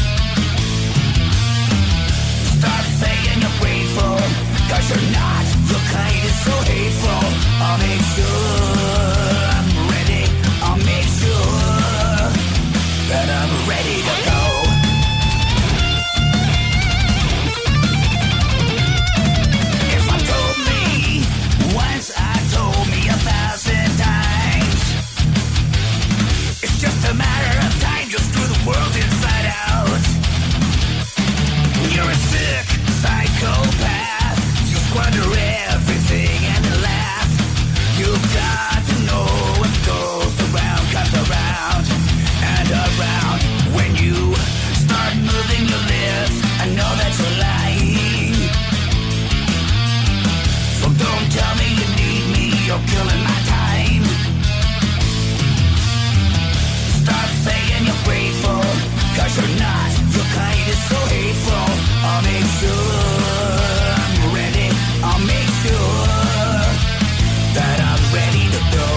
Start saying you're grateful, cause you're not. Your kind is so hateful. I'll make sure I'm ready. I'll make sure that I'm ready to go. If I told me once, I told me 1,000 times. It's just a matter of time, just screw the world inside out. You're a sick psychopath. You squander everything and then laugh. You've got to know what goes around comes around and around. When you start moving your lips, I know that you're lying. So don't tell me you need me, you're killing my time. Start saying you're grateful, cause you're not. Your kind is so hateful. I'll make sure I'm ready. I'll make sure that I'm ready to go.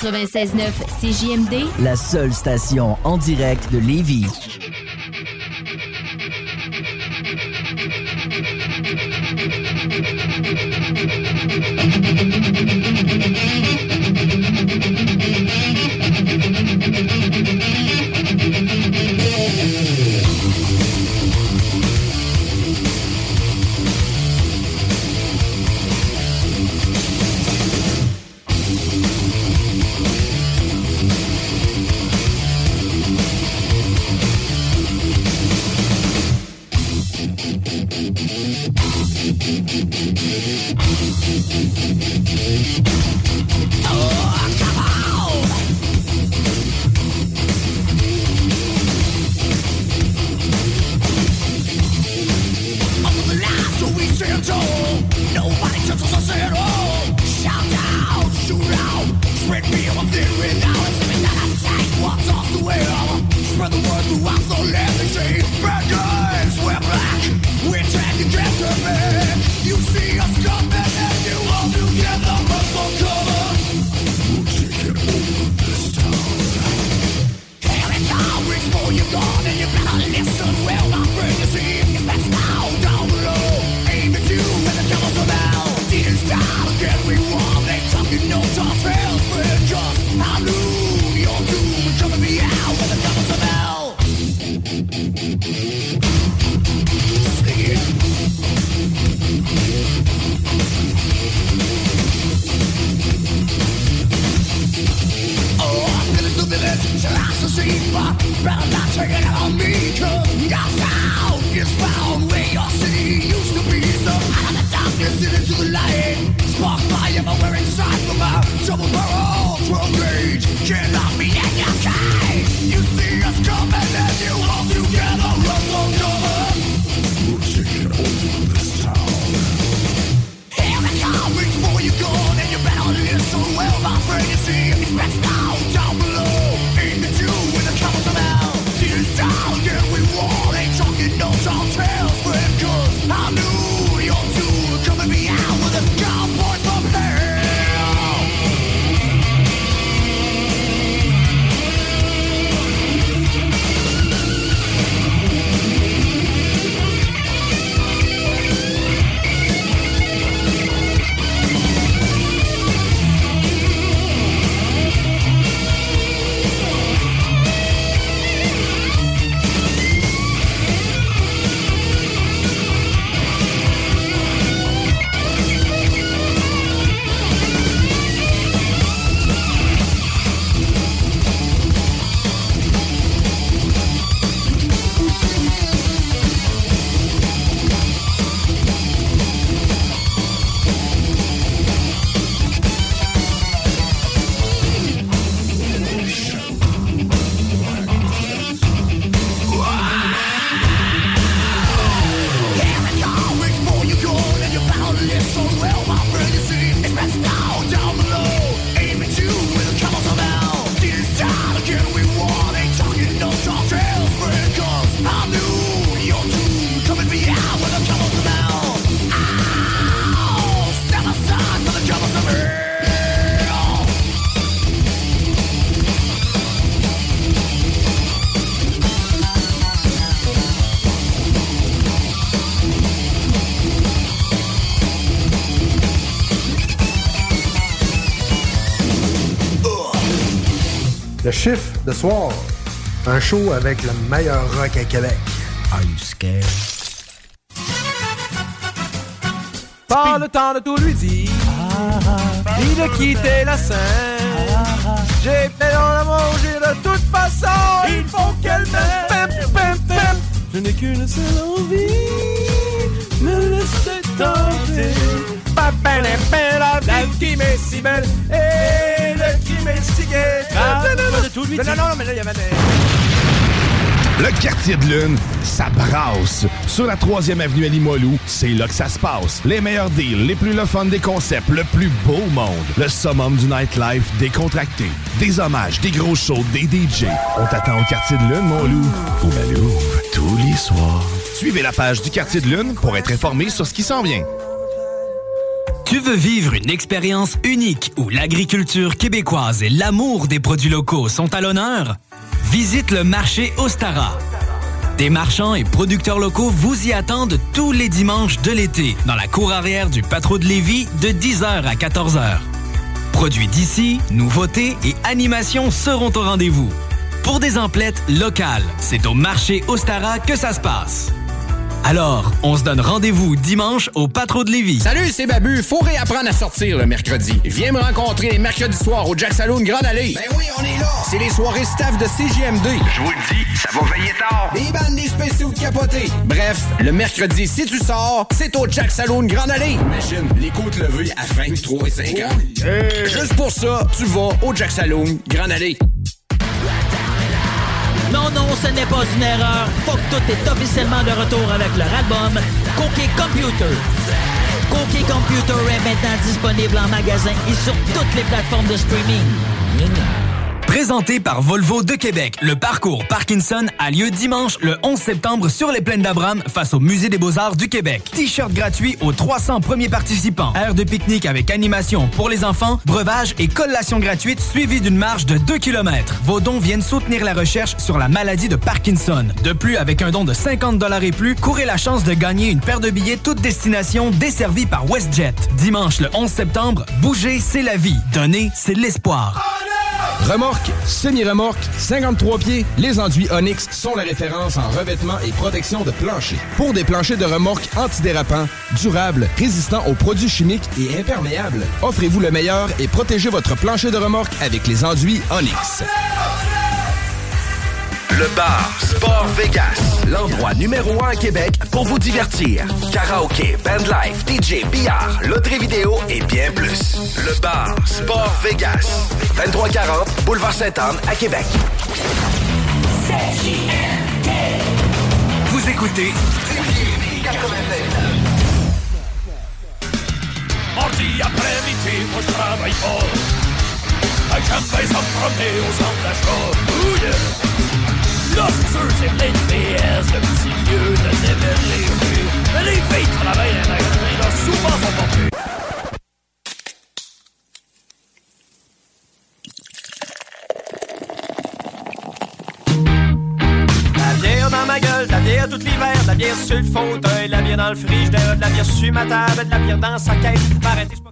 96.9 CJMD, la seule station en direct de Lévis. Le chiffre de soir. Un show avec le meilleur rock à Québec. Are you scared? Pas le temps de tout lui dire, ni de quitter la scène. J'ai fait dans la manger de toute façon. Il faut qu'elle m'aime. Je n'ai qu'une seule envie, me laisser tenter. La vie qui m'est si belle et le qui m'est si gai. Non, mais là, il y avait des... Le quartier de lune, ça brasse. Sur la 3e avenue à Limoilou, c'est là que ça se passe. Les meilleurs deals, les plus le fun des concepts, le plus beau monde. Le summum du nightlife décontracté. Des hommages, des gros shows, des DJ. On t'attend au quartier de lune, mon loup. Au Malou, tous les soirs. Suivez la page du quartier de lune pour être informé sur ce qui s'en vient. Tu veux vivre une expérience unique où l'agriculture québécoise et l'amour des produits locaux sont à l'honneur? Visite le marché Ostara. Des marchands et producteurs locaux vous y attendent tous les dimanches de l'été dans la cour arrière du Patro de Lévis de 10h à 14h. Produits d'ici, nouveautés et animations seront au rendez-vous. Pour des emplettes locales, c'est au marché Ostara que ça se passe. Alors, on se donne rendez-vous dimanche au Patro de Lévis. Salut, c'est Babu. Faut réapprendre à sortir le mercredi. Viens me rencontrer les mercredis soirs au Jack Saloon Grande Allée. Ben oui, on est là. C'est les soirées staff de CJMD. Je vous le dis, ça va veiller tard. Des bandes, des spéciaux de capotés. Bref, le mercredi, si tu sors, c'est au Jack Saloon Grande Allée. Imagine, les côtes levées à 23,50. Juste pour ça, tu vas au Jack Saloon Grande Allée. Non, non, ce n'est pas une erreur. Fuck Tout est officiellement de retour avec leur album Cookie Computer. Cookie Computer est maintenant disponible en magasin et sur toutes les plateformes de streaming. Présenté par Volvo de Québec, le parcours Parkinson a lieu dimanche le 11 septembre sur les plaines d'Abraham face au Musée des Beaux-Arts du Québec. T-shirt gratuit aux 300 premiers participants. Aire de pique-nique avec animation pour les enfants, breuvage et collation gratuite suivie d'une marche de 2 km. Vos dons viennent soutenir la recherche sur la maladie de Parkinson. De plus, avec un don de 50$ et plus, courez la chance de gagner une paire de billets toute destination desservie par WestJet. Dimanche le 11 septembre, bouger, c'est la vie. Donner, c'est l'espoir. Remorque, semi-remorque, 53 pieds, les enduits Onyx sont la référence en revêtement et protection de plancher. Pour des planchers de remorque antidérapants, durables, résistants aux produits chimiques et imperméables, offrez-vous le meilleur et protégez votre plancher de remorque avec les enduits Onyx. Le bar Sport Vegas, l'endroit numéro 1 à Québec pour vous divertir. Karaoké, bandlife, DJ, billard, loterie vidéo et bien plus. Le bar Sport Vegas, 2340 Boulevard Sainte-Anne à Québec. Vous écoutez Mardi après-midi, moi je travaille pas. J'aime bien ça me promener au centre d'achat. Ouh yeah! Là, c'est sûr, c'est plein de PS, de petits vieux, de démêlés. Mais les filles travaillent dans les magasins, là, souvent sont pas pires. La bière dans ma gueule, de la bière tout l'hiver, de la bière sur le fauteuil, de la bière dans le frigidaire, de la bière sur ma table, de la bière dans sa caisse. Arrêtez, c'est pas...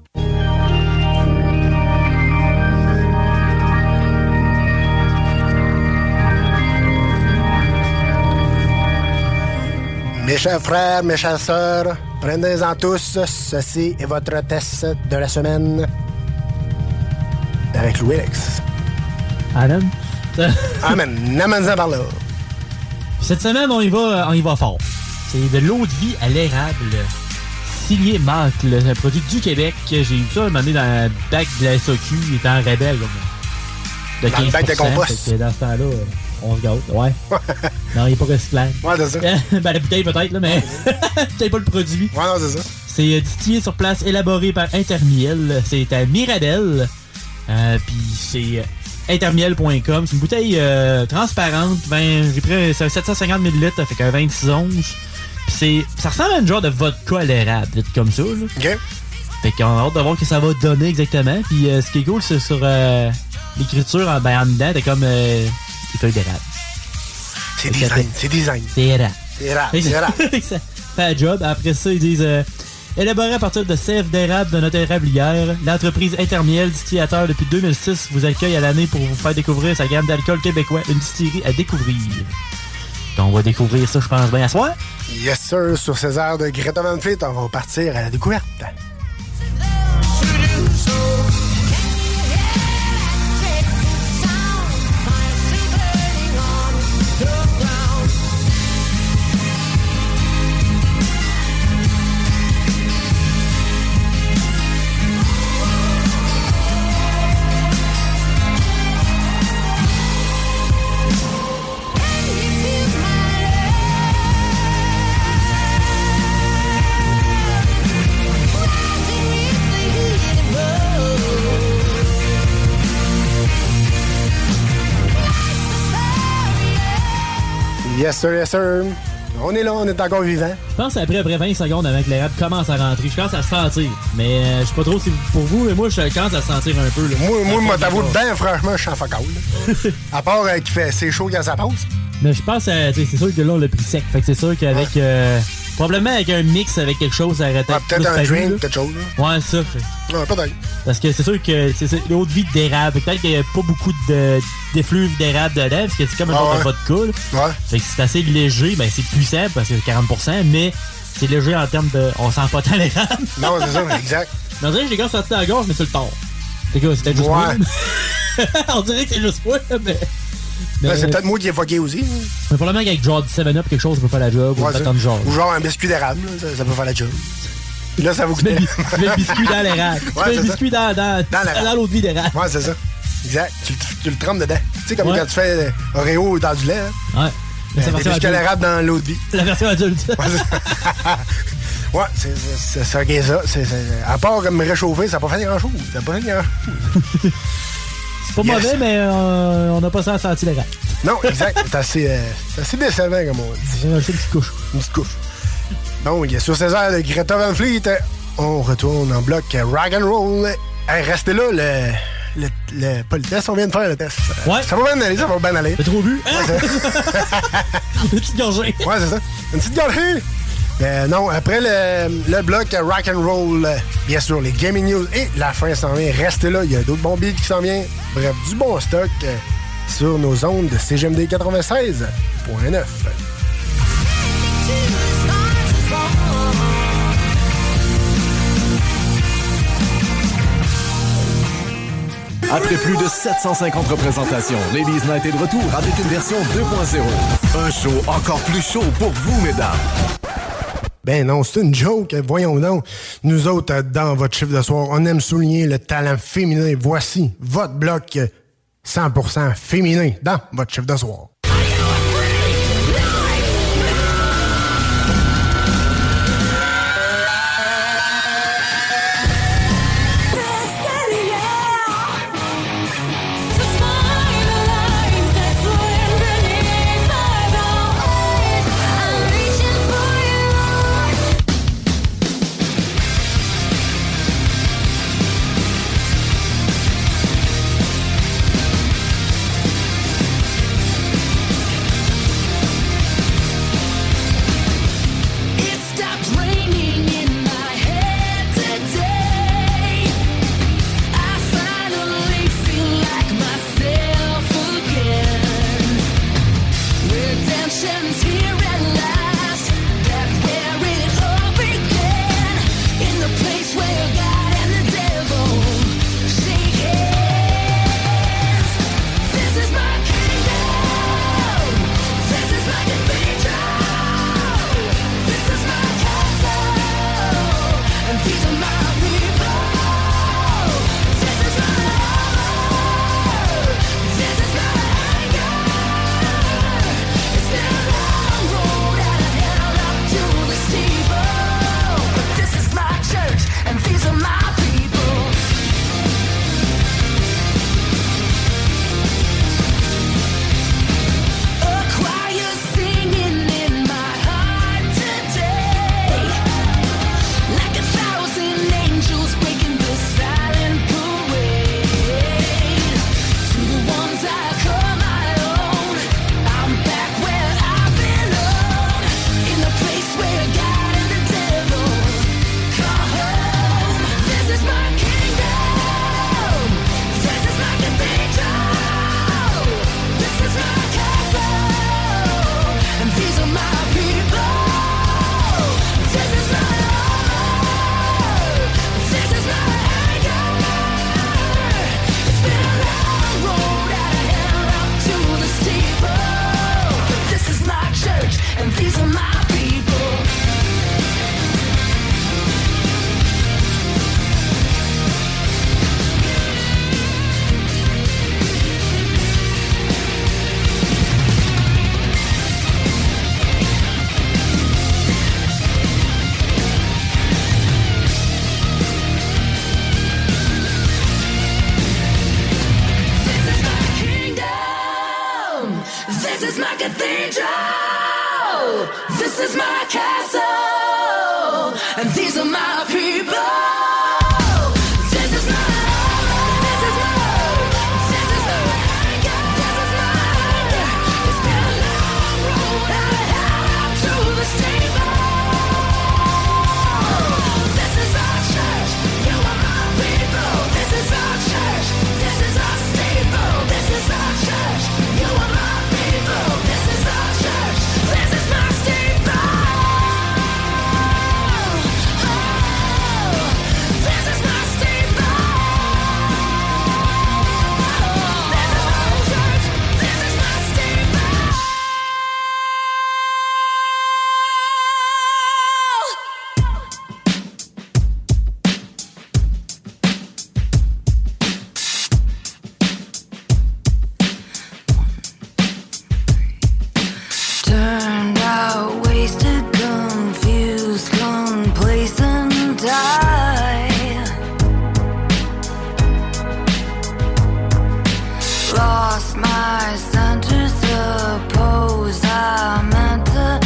Mes chers frères, mes chères sœurs, prenez-en tous, ceci est votre test de la semaine avec Louis Alex. Amen. Amen. Amen, par là. Cette semaine, on y va fort. C'est de l'eau de vie à l'érable. Signé Macle, un produit du Québec. J'ai eu ça un moment donné dans le bac de la SAQ, il était en rebelle. De 15%, dans le bac de compost. Dans ce temps-là, on se gâte. Ouais. Non, il n'est pas recyclable. Ouais, c'est ça. Ben, la bouteille peut-être, là, mais peut-être pas le produit. Ouais, non, c'est ça. C'est distillé sur place, élaboré par Intermiel. C'est à Mirabel. Puis c'est intermiel.com. C'est une bouteille transparente. J'ai pris 750 ml, ça fait qu'un 26 onces. Puis ça ressemble à une genre de vodka à l'érable, peut-être comme ça. Là. OK. Fait qu'on a hâte de voir ce que ça va donner exactement. Puis ce qui est cool, c'est sur l'écriture en dedans, t'as comme des feuilles d'érable. C'est design, c'est design. C'est érable. C'est érable, c'est érable. Ça fait un job. Après ça, ils disent élaboré à partir de sève d'érable de notre érablière, l'entreprise Intermiel, distillateur depuis 2006, vous accueille à l'année pour vous faire découvrir sa gamme d'alcool québécois, une distillerie à découvrir. Donc, on va découvrir ça, je pense, bien à soir. Yes, sir. Sur ces heures de Greta Van Fleet, on va partir à la découverte. Yes, sir, yes, sir. On est là, on est encore vivant. Je pense après 20 secondes avant que l'érable commence à rentrer, je commence à le sentir. Mais je sais pas trop si pour vous, mais moi, je commence à le sentir un peu. Là. Moi, t'avoue dedans, franchement, je suis en focal. À part qu'il fait assez chaud quand ça passe. Mais je pense, c'est sûr que là, on l'a pris sec. Fait que c'est sûr qu'avec... probablement avec un mix, avec quelque chose, ça aurait été peut-être un drink, quelque chose. Là. Ouais, ça. Ouais, peut-être. Parce que c'est sûr que c'est l'eau de vie d'érable. Peut-être qu'il n'y a pas beaucoup d'effluves d'érable dedans, parce que c'est comme un genre de vodka. Ouais. Fait que c'est assez léger. Ben, c'est puissant, parce que c'est 40%, mais c'est léger en termes de... On sent pas tant l'érable. Non, c'est ça, exact. Mais on dirait que j'ai quand senti dans la gorge, mais sur le tort. C'est quoi, c'était juste moi. On dirait que c'est juste moi, mais... c'est peut-être moi qui ai fucké aussi. Mais probablement qu'avec genre du 7-Up, quelque chose peut faire la job. Ouais, ou genre. Ou genre un biscuit d'érable, ça peut faire la job. Là, ça vous coûte. Tu mets le biscuit dans l'érable. Tu mets le biscuit dans l'eau de vie d'érable. Ouais, c'est ça. Exact. Tu le trempes dedans. Tu sais, comme quand tu fais Oreo dans du lait. Ouais. Des biscuits d'érable dans l'eau de vie. La version adulte. Ouais, c'est ça qui est ça. À part me réchauffer, ça n'a pas fait grand-chose. C'est pas mauvais, mais on n'a pas senti l'érable. Non, exact. C'est assez décevant, comme on dit. C'est une petite couche. Une petite couche. Donc, sur ces airs de Greta Van Fleet, on retourne en bloc rock and roll. Hey, restez là, pas le test, on vient de faire le test. Ouais. Ça va bien aller, ça va bien aller. T'as trop bu? Ouais, une petite gorgée. Ouais, c'est ça. Une petite gorgée. Non, après le bloc rock and roll, bien sûr, les gaming news et la fin s'en vient. Restez là, il y a d'autres bons beats qui s'en viennent. Bref, du bon stock sur nos ondes de CGMD 96.9. Après plus de 750 représentations, Ladies Night est de retour avec une version 2.0. Un show encore plus chaud pour vous, mesdames. Ben non, c'est une joke. Voyons donc. Nous autres, dans votre chiffre de soir, on aime souligner le talent féminin. Voici votre bloc 100% féminin dans votre chiffre de soir. This is my cathedral. This This is my castle, and these are my people. Turned out wasted, confused, complacent, I lost my center, suppose I meant to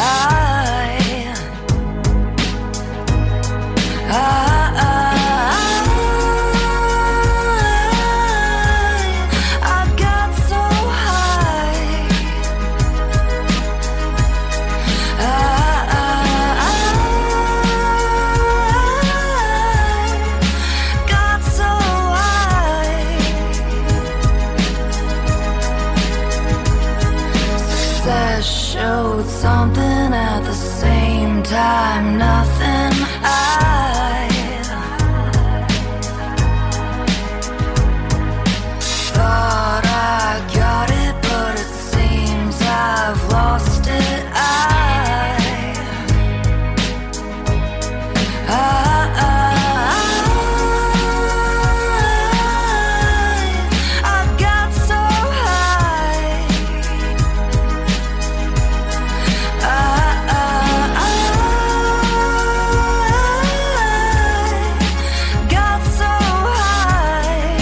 I got so high. Got so high. Success showed something at the same time, nothing. I thought I got it, but it seems I've lost it. I got so high. Got so high.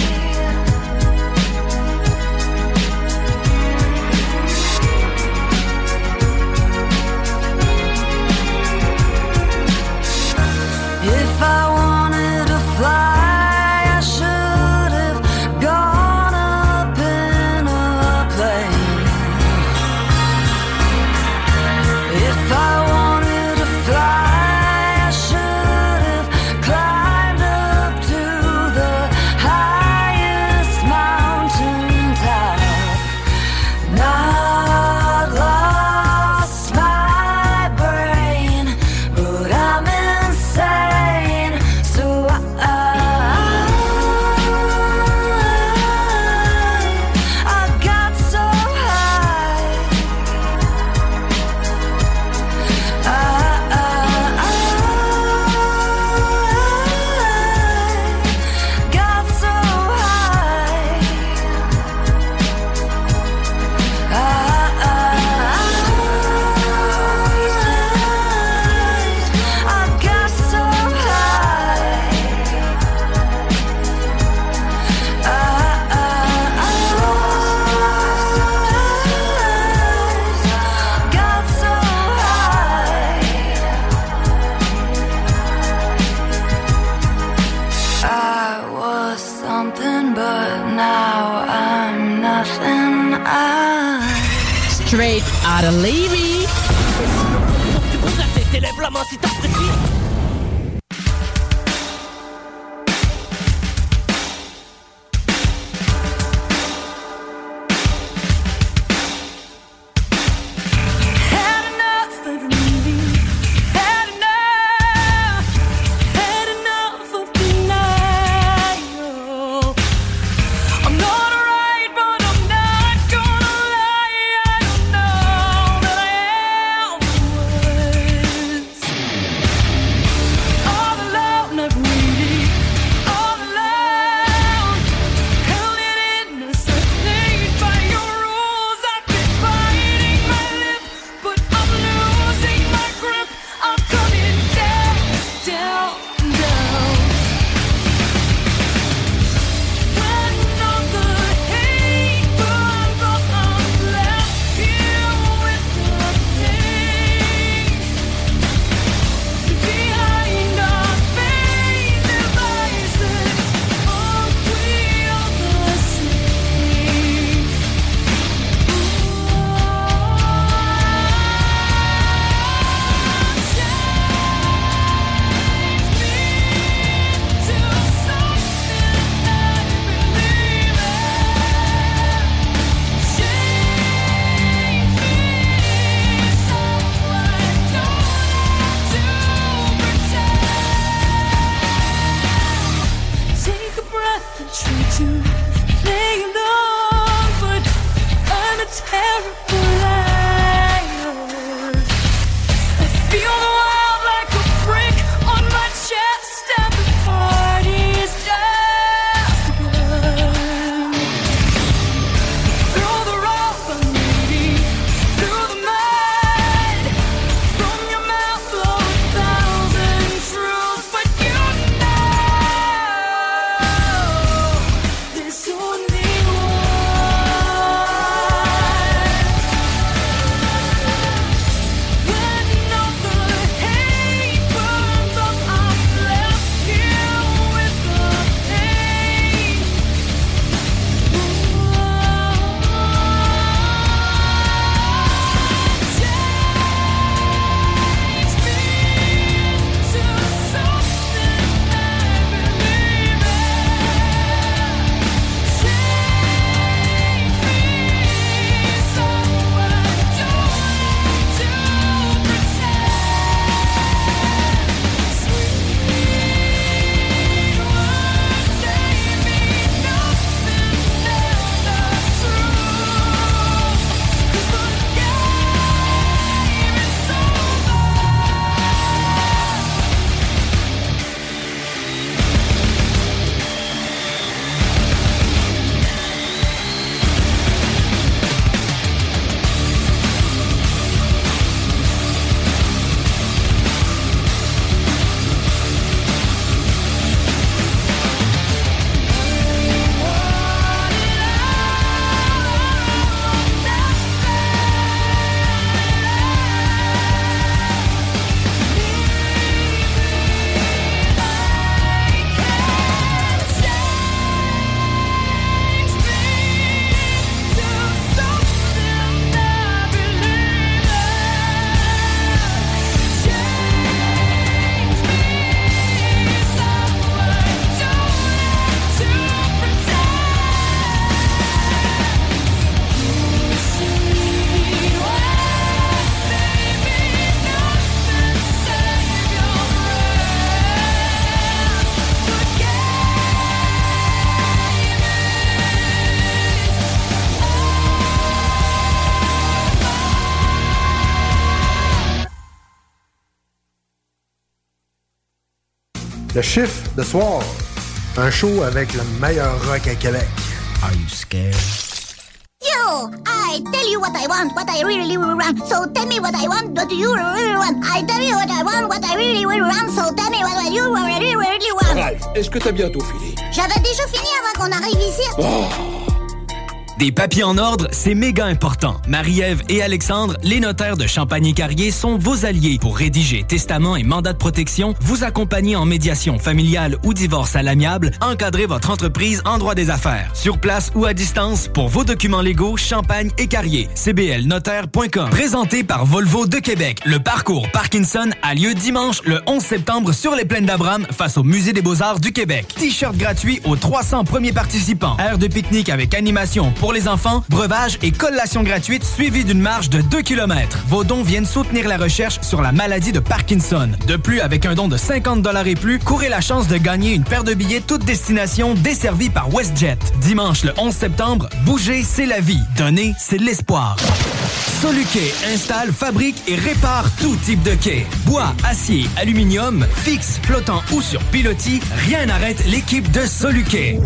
If I wanted to fly, I should have gone up in a plane. If I wanted to fly, I should have climbed up to the highest mountain top. Not lost my brain, but I'm insane. So I got so high. Got so high. I got so high. Got so high. I was something, but now I'm nothing. Straight out of Levy. Tu pourrais arrêter les flamants si t'en précis. Had enough of me. Had enough of denial. I'm not right, but I'm not gonna lie. I don't know that I am worse. nothing true to play along, but I'm a terrible liar. I feel the world like a brick on my chest, and the party's just begun. Through the rope, maybe through the mud, from your mouth flow 1,000 truths, but you know there's only one. When all the hate burns up, I'm left here with the pain. Change me to something I believe in. Change me so I don't need to pretend. Sweet words say me nothing, never true. 'Cause the game is over. Le chiffre de soir. Un show avec le meilleur rock à Québec. Are you scared? You! I tell you what I really want. So tell me what I want, what you really want. I tell you what I really want. So tell me what you really want. Ralph, est-ce que t'as bientôt fini? J'avais déjà fini avant qu'on arrive ici. Des papiers en ordre, c'est méga important. Marie-Ève et Alexandre, les notaires de Champagny-Carrier, sont vos alliés pour rédiger testament et mandat de protection, vous accompagner en médiation familiale ou divorce à l'amiable, encadrer votre entreprise en droit des affaires. Sur place ou à distance, pour vos documents légaux, Champagne et Carrier. cblnotaire.com. Présenté par Volvo de Québec, le parcours Parkinson a lieu dimanche le 11 septembre sur les plaines d'Abraham face au Musée des Beaux-Arts du Québec. T-shirt gratuit aux 300 premiers participants. Aire de pique-nique avec animation pour les enfants, breuvage et collation gratuite suivie d'une marche de 2 km. Vos dons viennent soutenir la recherche sur la maladie de Parkinson. De plus, avec un don de 50$ et plus, courez la chance de gagner une paire de billets toute destination desservis par WestJet. Dimanche le 11 septembre, bouger, c'est la vie. Donner, c'est l'espoir. Soluquet installe, fabrique et répare tout type de quai. Bois, acier, aluminium, fixe, flottant ou sur pilotis, rien n'arrête l'équipe de Soluquet.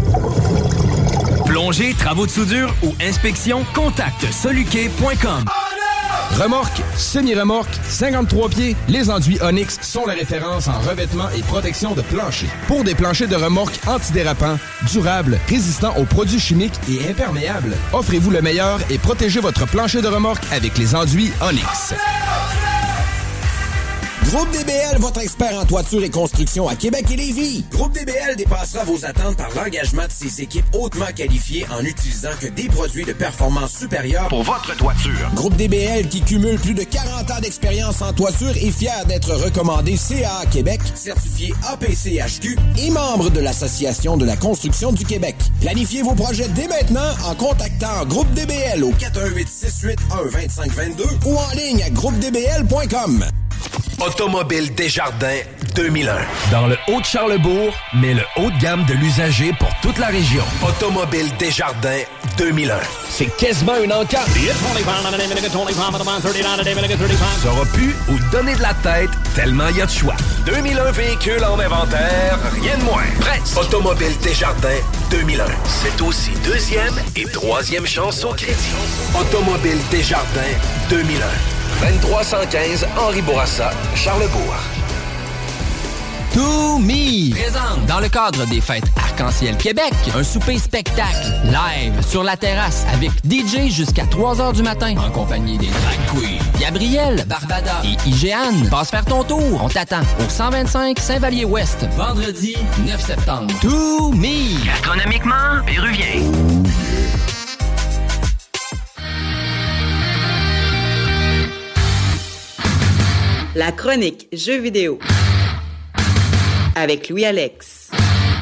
Plongée, travaux de soudure ou inspection, contacte soluquet.com. Remorque, semi-remorque, 53 pieds, les enduits Onyx sont la référence en revêtement et protection de plancher. Pour des planchers de remorque antidérapants, durables, résistants aux produits chimiques et imperméables, offrez-vous le meilleur et protégez votre plancher de remorque avec les enduits Onyx. Groupe DBL, votre expert en toiture et construction à Québec et Lévis. Groupe DBL dépassera vos attentes par l'engagement de ses équipes hautement qualifiées en utilisant que des produits de performance supérieure pour votre toiture. Groupe DBL qui cumule plus de 40 ans d'expérience en toiture est fier d'être recommandé CA Québec, certifié APCHQ et membre de l'Association de la construction du Québec. Planifiez vos projets dès maintenant en contactant Groupe DBL au 418-681-2522 ou en ligne à groupedbl.com. Automobile Desjardins 2001. Dans le Haut-de-Charlebourg, mais le haut de gamme de l'usager pour toute la région. Automobile Desjardins 2001. C'est quasiment une encarte. Ça aura pu ou donner de la tête tellement il y a de choix. 2001 véhicules en inventaire, rien de moins. Presse. Automobile Desjardins 2001. C'est aussi deuxième et troisième chance au crédit. Automobile Desjardins 2001. 2315 Henri Bourassa, Charlebourg. To Me présente dans le cadre des fêtes Arc-en-Ciel Québec un souper spectacle live sur la terrasse avec DJ jusqu'à 3h du matin en compagnie des drag queens Gabrielle, Barbada et Igéane. Passe faire ton tour, on t'attend au 125 Saint-Vallier-Ouest, vendredi 9 septembre. To Me Gastronomiquement péruvien. La chronique jeux vidéo avec Louis-Alex.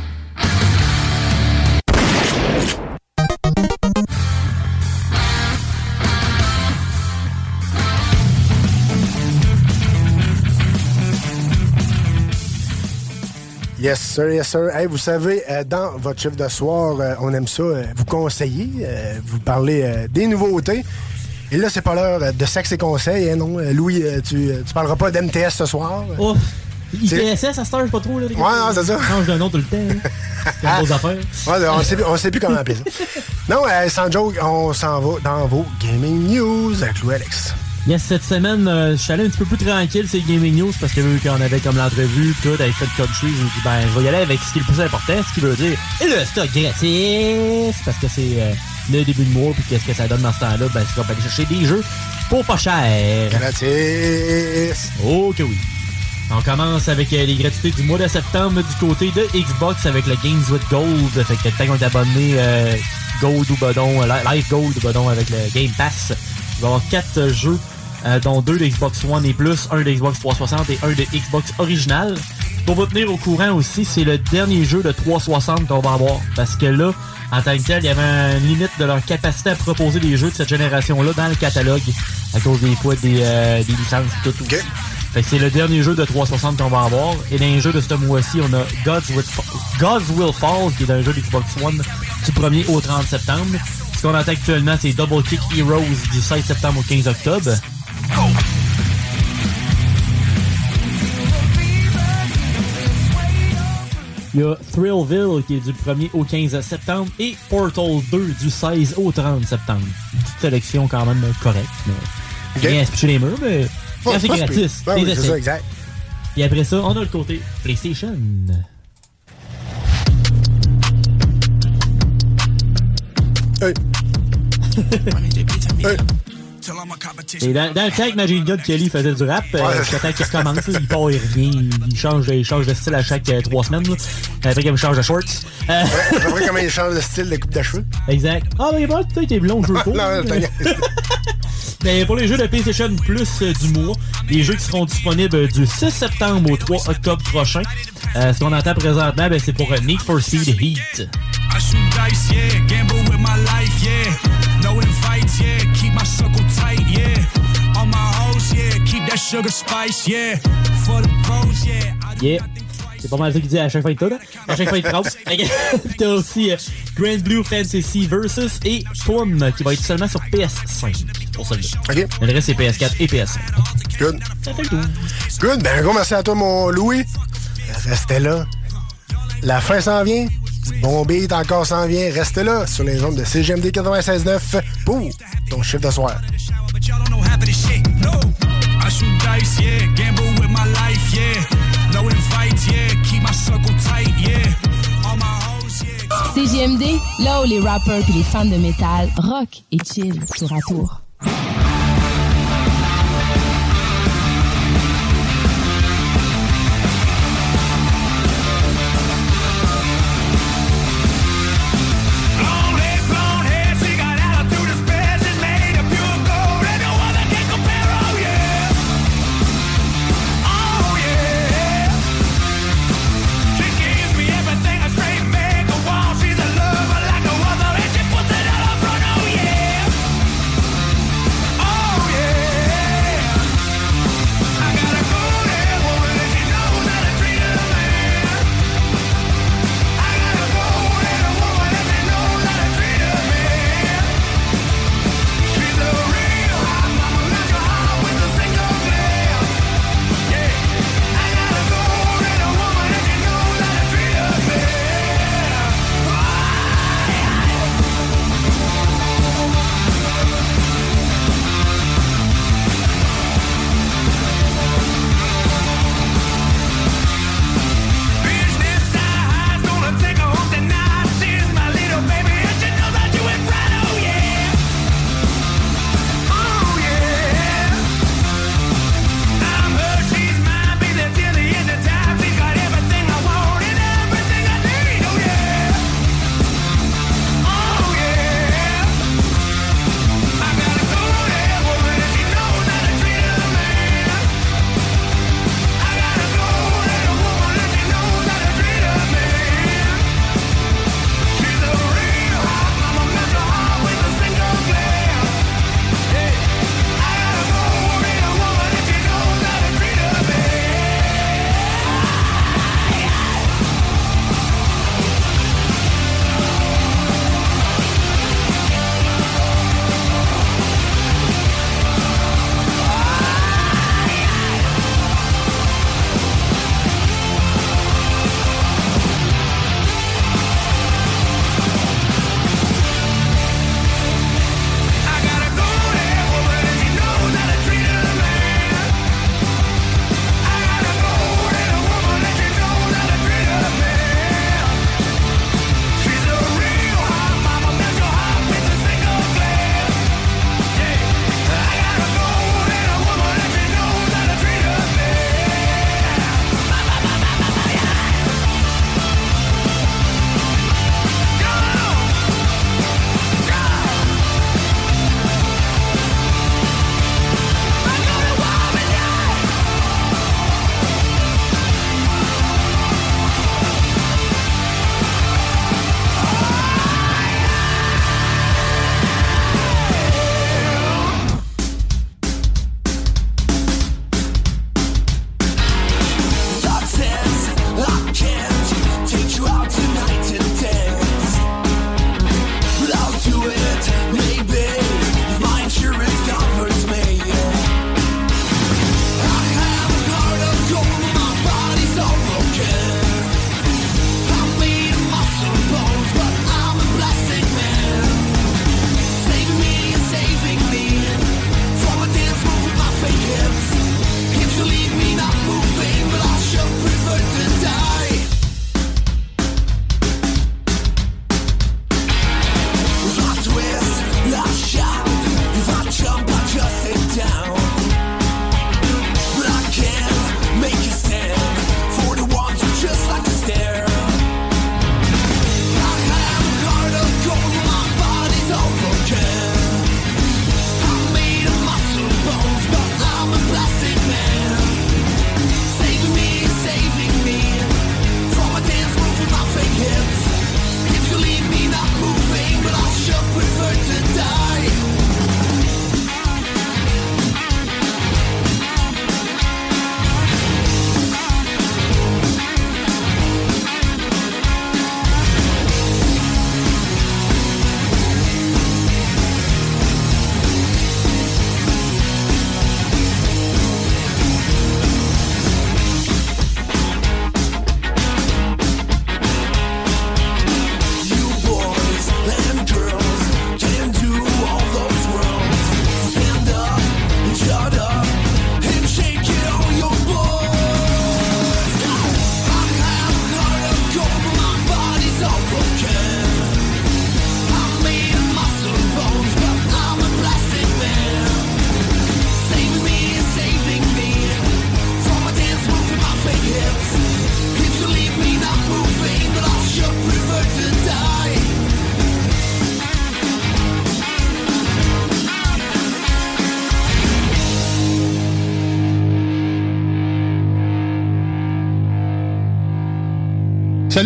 Yes, sir, yes, sir. Hey, vous savez, dans votre chiffre de soir, on aime ça, vous conseiller, vous parler des nouveautés. Et là, c'est pas l'heure de sexe et conseils, hein, non? Louis, tu parleras pas d'MTS ce soir? Oh! ITSS, à cette heure, je sais pas trop. Là, ouais, non, c'est ça. Change de nom tout le temps. C'est une grosse affaire. Ouais, on sait plus comment appeler ça. Non, sans joke, on s'en va dans vos Gaming News avec Louis-Alex. Yes, cette semaine, je suis allé un petit peu plus tranquille ces Gaming News parce que vu qu'on avait comme l'entrevue, tout, avec Fed Country, je me dis, ben, je vais y aller avec ce qui est le plus important, ce qui veut dire, et le stock gratis, parce que c'est le début de mois, puis qu'est-ce que ça donne dans ce temps-là, ben, c'est qu'on peut aller chercher des jeux pour pas cher. Gratis! Oh que oui. On commence avec les gratuités du mois de septembre du côté de Xbox avec le Games with Gold. Fait que tant qu'on est abonné Gold ou Bodon, Live Gold ou Bodon avec le Game Pass, il va y avoir 4 jeux, dont 2 de Xbox One et plus, 1 de Xbox 360 et 1 de Xbox original. Pour vous tenir au courant aussi, c'est le dernier jeu de 360 qu'on va avoir. Parce que là, en tant que tel, il y avait une limite de leur capacité à proposer des jeux de cette génération-là dans le catalogue à cause des fois des licences et tout. Okay. Fait que c'est le dernier jeu de 360 qu'on va avoir. Et dans les jeux de ce mois-ci, on a God's Will Fall, qui est un jeu d'Xbox One du 1er au 30 septembre. Ce qu'on entend actuellement, c'est Double Kick Heroes du 16 septembre au 15 octobre. Il y a Thrillville qui est du 1er au 15 septembre et Portal 2 du 16 au 30 septembre. Une petite sélection quand même correcte. Mais rien à se picher les murs, mais c'est gratis. Ben oui, c'est ça, exact. Et après ça, on a le côté PlayStation. Hey. Hey. Et dans le temps que Machine Gun Kelly faisait du rap, jusqu'à temps qu'il recommence, il part et rien. Il change de style à chaque 3 semaines. Là. Après qu'il change de shorts. Après comment il change de style de coupe de cheveux. Exact. Ah, mais bon, tu t'es blond, je veux pas. Mais pour les jeux de PlayStation Plus du mois, les jeux qui seront disponibles du 6 septembre au 3 octobre prochain. Ce qu'on entend présentement, ben, c'est pour Need for Speed Heat. I shoot dice, yeah, gamble with my life, yeah. No invites, yeah, keep my circle tight, yeah. On my hoes, yeah, keep that sugar spice, yeah. For the pros, yeah. Yeah. C'est pas mal ça qu'il dit à chaque fin de tout, là. À chaque fin de phrase. T'as aussi Grand Blue Fantasy Versus et Toon qui va être seulement sur PS5 pour celui-là. OK. Le reste, c'est PS4 et PS5. Good. Ça fait le tout. Good. Ben, un gros merci à toi, mon Louis. Restez là. La fin s'en vient. Bon beat encore s'en vient. Restez là sur les ondes de CGMD 96.9 pour ton chiffre de soir. I shoot dice, yeah, gamble with my life, yeah. No invites, yeah, keep my circle tight, yeah. On my hoes, yeah. CGMD, là où les rappers et les fans de métal rock et chill tour à tour.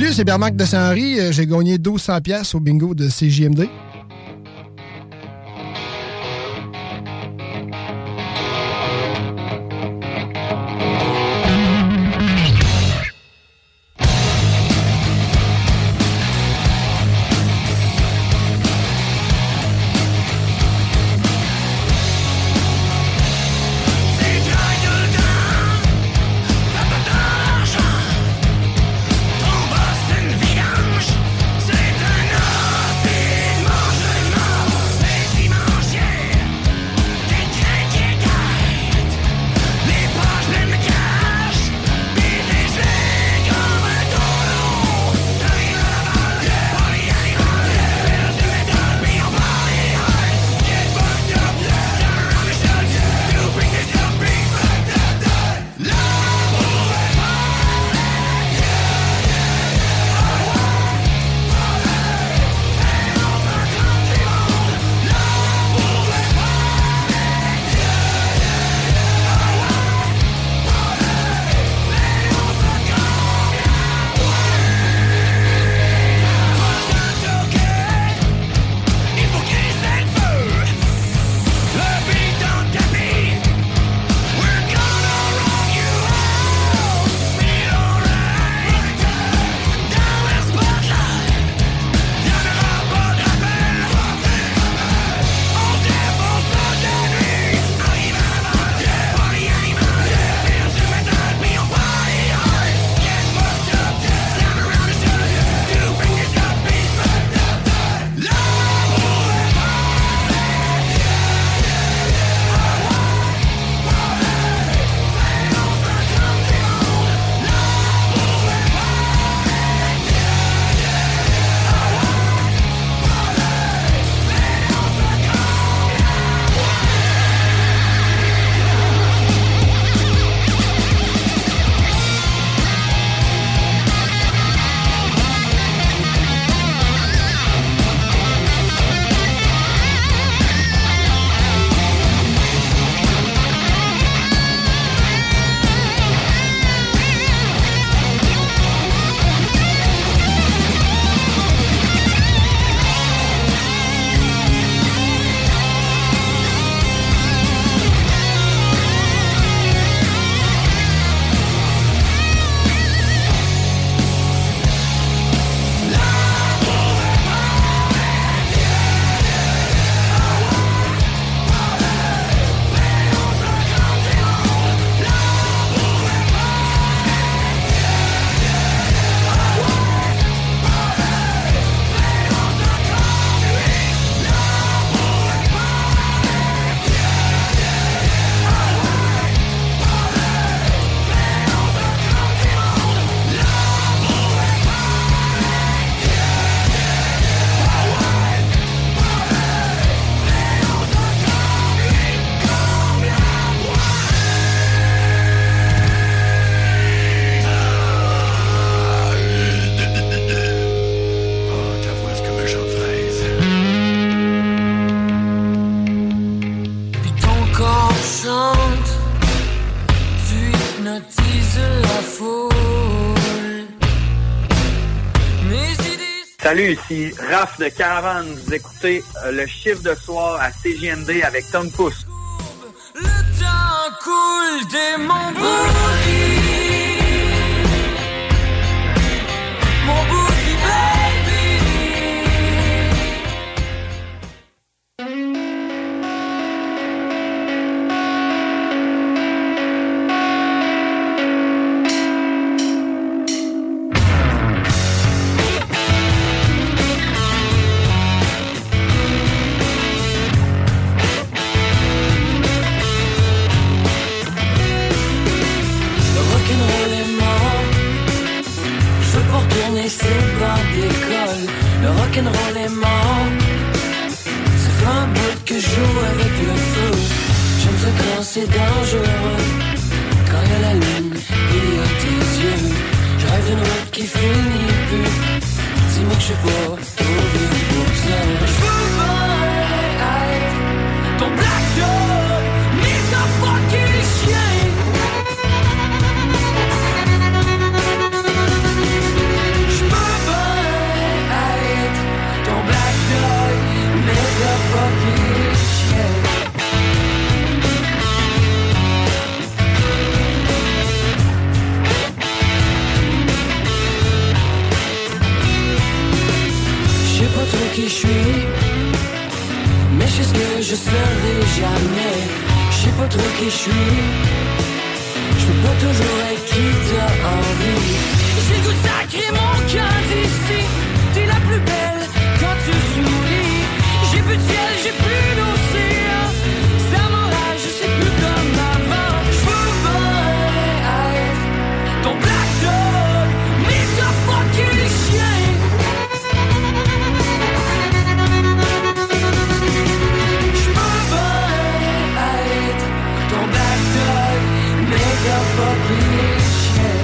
Salut, c'est Pierre-Marc de Saint-Henri. J'ai gagné 1200 pièces au bingo de CJMD. Salut, ici Raph de Caravane. Vous écoutez le chiffre de soir à CJMD avec Tom Pousse. Le temps coule des mon boogie. Mon boogie baby. C'est pas d'école, le rock'n'roll est mort. Ça fait un bout que je joue avec le feu. J'aime ça quand c'est dangereux. Quand y'a la lune et y'a tes yeux. Je rêve d'une route qui finit plus. Dis-moi que je suis pas trop vieux pour ça. Je veux pas être ton black dog, ni ta fucking chien. pas trop qui je suis, mais je sais ce que je serai jamais. Je sais pas trop qui je suis, je peux pas toujours être qui t'as envie. J'ai le goût de sacrer mon camp d'ici. T'es la plus belle quand tu souris. J'ai plus de ciel, j'ai plus d'océan. Ça m'enrage, je sais plus comme avant. Je veux pas être ton black dog, mais t'as fucké les chiens. Je peux pas être ton black dog, mais t'as fucké les chiens.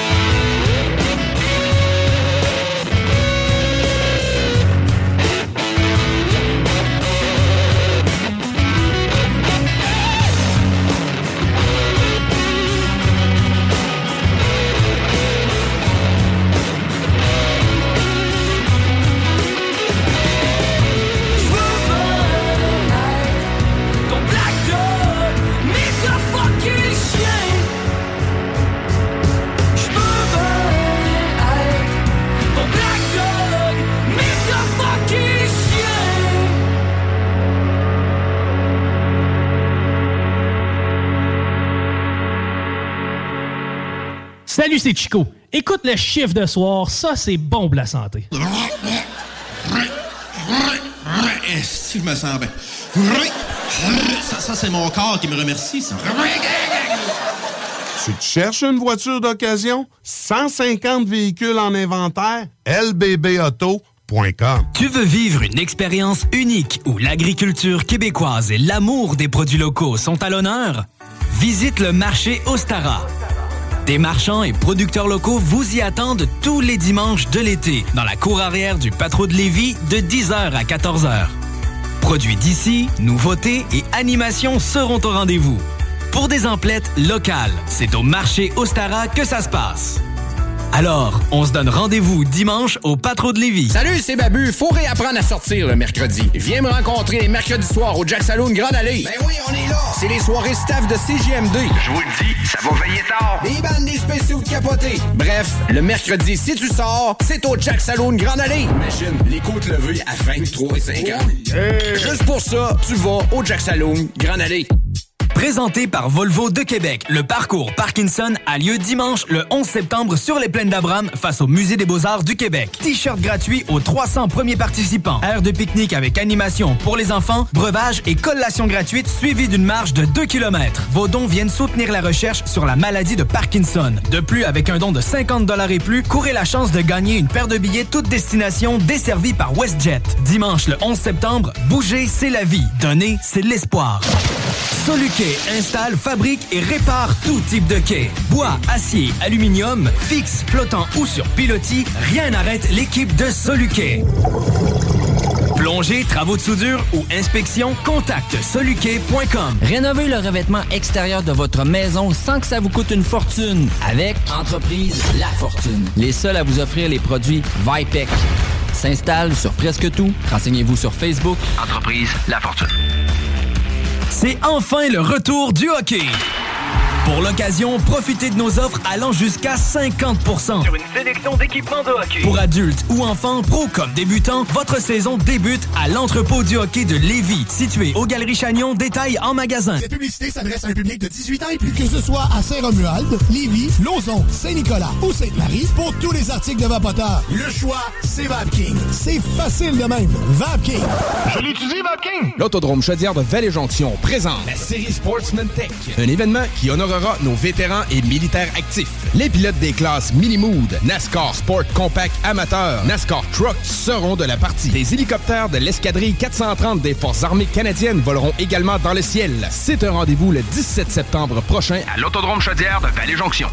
Salut, c'est Chico. Écoute le chiffre de soir, ça, c'est bon pour la santé. Si je me sens bien. Ça, c'est mon corps qui me remercie, ça. Tu te cherches une voiture d'occasion? 150 véhicules en inventaire? lbbauto.com. Tu veux vivre une expérience unique où l'agriculture québécoise et l'amour des produits locaux sont à l'honneur? Visite le marché Ostara. Des marchands et producteurs locaux vous y attendent tous les dimanches de l'été dans la cour arrière du Patro de Lévis de 10h à 14h. Produits d'ici, nouveautés et animations seront au rendez-vous. Pour des emplettes locales, c'est au marché Ostara que ça se passe. Alors, on se donne rendez-vous dimanche au Patro de Lévis. Salut, c'est Babu. Faut réapprendre à sortir le mercredi. Viens me rencontrer les mercredis soirs au Jack Saloon Grande Allée. Ben oui, on est là. C'est les soirées staff de CJMD. Je vous le dis, ça va veiller tard. Des bandes, des spéciaux de capotés. Bref, le mercredi, si tu sors, c'est au Jack Saloon Grande Allée. Imagine, les côtes levées à 23,50. Juste pour ça, tu vas au Jack Saloon Grande Allée. Présenté par Volvo de Québec, le parcours Parkinson a lieu dimanche le 11 septembre sur les plaines d'Abraham face au Musée des Beaux-Arts du Québec. T-shirt gratuit aux 300 premiers participants. Aire de pique-nique avec animation pour les enfants, breuvage et collation gratuite suivie d'une marche de 2 km. Vos dons viennent soutenir la recherche sur la maladie de Parkinson. De plus, avec un don de 50 $ et plus, courez la chance de gagner une paire de billets toute destination desservie par WestJet. Dimanche le 11 septembre, bouger, c'est la vie. Donner, c'est l'espoir. Soluquet installe, fabrique et répare tout type de quai. Bois, acier, aluminium, fixe, flottant ou sur pilotis, rien n'arrête l'équipe de Soluquet. Plongée, travaux de soudure ou inspection, contacte soluquet.com. Rénovez le revêtement extérieur de votre maison sans que ça vous coûte une fortune avec Entreprise La Fortune. Les seuls à vous offrir les produits Vipec. S'installe sur presque tout. Renseignez-vous sur Facebook. Entreprise La Fortune. C'est enfin le retour du hockey. Pour l'occasion, profitez de nos offres allant jusqu'à 50%. Sur une sélection d'équipements de hockey. Pour adultes ou enfants, pros comme débutants, votre saison débute à l'entrepôt du hockey de Lévis, situé aux Galeries Chagnon, détail en magasin. Cette publicité s'adresse à un public de 18 ans et plus. Que ce soit à Saint-Romuald, Lévis, Lauson, Saint-Nicolas ou Sainte-Marie, pour tous les articles de Vapoteur, le choix, c'est VapKing. C'est facile de même. VapKing. Je l'utilise, VapKing. L'Autodrome Chaudière de Vallée-Jonction présente la série Sportsman Tech, un événement qui honorera nos vétérans et militaires actifs. Les pilotes des classes Minimood, NASCAR Sport Compact Amateur, NASCAR Truck seront de la partie. Des hélicoptères de l'escadrille 430 des Forces armées canadiennes voleront également dans le ciel. C'est un rendez-vous le 17 septembre prochain à l'Autodrome Chaudière de Vallée-Jonction.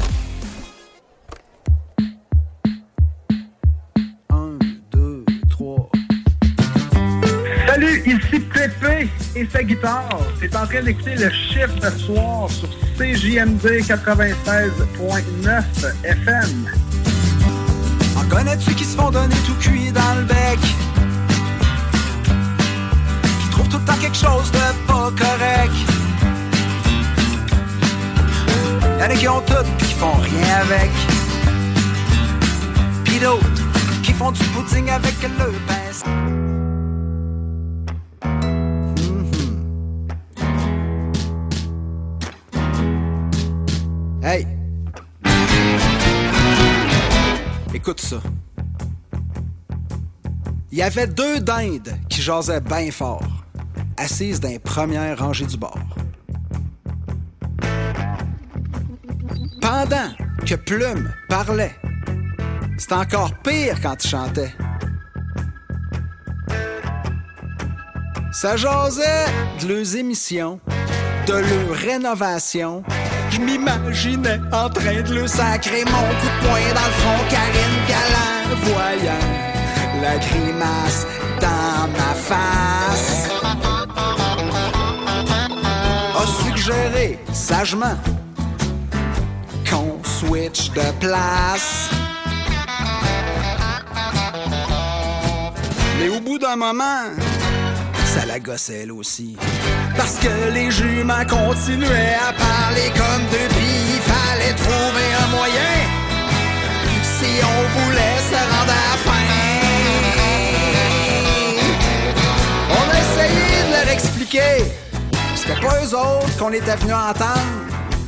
Salut, ici Pépé et sa guitare. T'es en train d'écouter le chiffre de soir sur CJMD 96.9 FM. En connais-tu qui se font donner tout cuit dans le bec? Qui trouvent tout le temps quelque chose de pas correct? Y'en a qui ont tout pis qui font rien avec. Pis d'autres qui font du pudding avec le pain Écoute ça. Il y avait 2 dindes qui jasaient bien fort, assises dans les premières rangées du bord. Pendant que Plume parlait, c'était encore pire quand il chantait. Ça jasait de leurs émissions, de leur rénovation. Je m'imaginais en train de leur sacrer mon coup de poing dans le front. Karine Galland, voyant la grimace dans ma face, a suggéré sagement qu'on switch de place. Mais au bout d'un moment, ça la gossait elle aussi. Parce que les juments continuaient à parler comme deux billes. Il fallait trouver un moyen si on voulait se rendre à la fin. On a essayé de leur expliquer. C'était pas eux autres qu'on était venus entendre.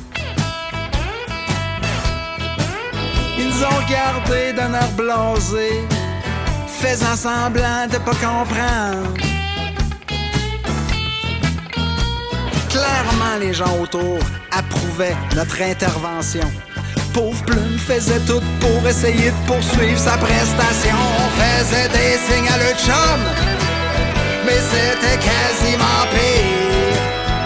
Ils nous ont regardés d'un air blasé, faisant semblant de pas comprendre. Clairement, les gens autour approuvaient notre intervention. Pauvre Plume faisait tout pour essayer de poursuivre sa prestation. On faisait des signes à le chum, mais c'était quasiment pire.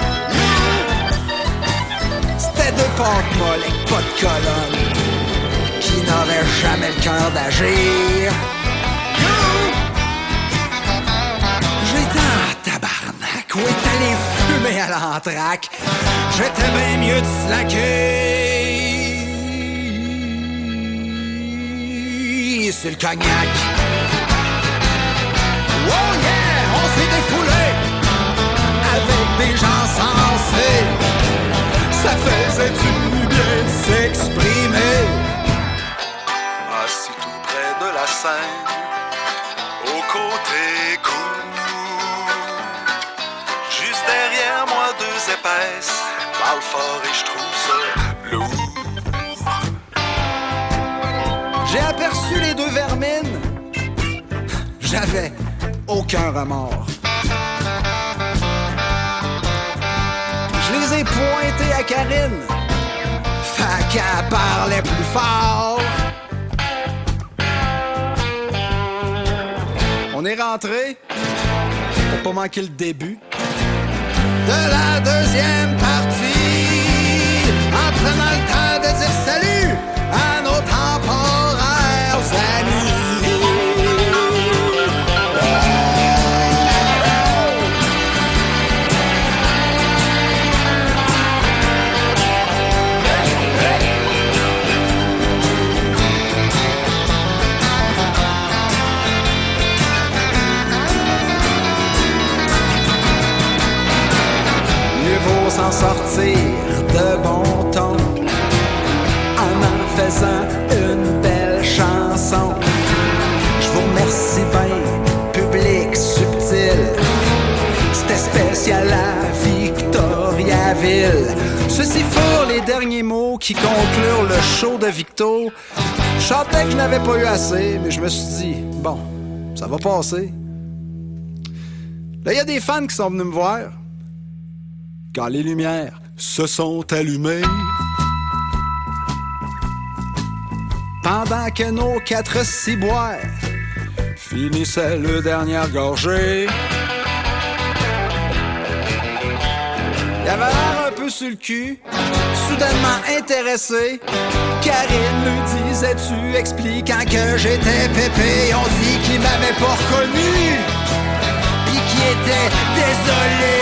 C'était 2 portes molles avec pas de colonne qui n'auraient jamais le cœur d'agir. J'étais en tabarnak, où est allé fumer à l'entraque. J'étais bien mieux de slacker sur le cognac. Oh yeah, on s'est défoulé avec des gens sensés. Ça faisait du bien de s'exprimer. Assis tout près de la scène, au côté court, juste derrière moi 2 épaisses parlent fort et je trouve ça lourd. J'ai aperçu les 2 vermines. J'avais aucun remords. Je les ai pointés à Karine. Fait qu'elle parlait plus fort. On est rentré pour pas manquer le début de la deuxième partie, en prenant le temps de dire salut à nos temporaires amis. S'en sortir de bon ton en faisant une belle chanson. Je vous remercie bien, public subtil. C'était spécial à Victoriaville. Ceci furent les derniers mots qui conclurent le show de Victo. Je chantais que je n'avais pas eu assez, mais je me suis dit, bon, ça va passer. Là, il y a des fans qui sont venus me voir. Quand les lumières se sont allumées, pendant que nos 4 ciboires finissaient le dernière gorgée, il avait l'air un peu sur le cul, soudainement intéressé. Karine lui disait-tu, expliquant que j'étais pépé. On dit qu'il m'avait pas reconnu, pis qu'il était désolé.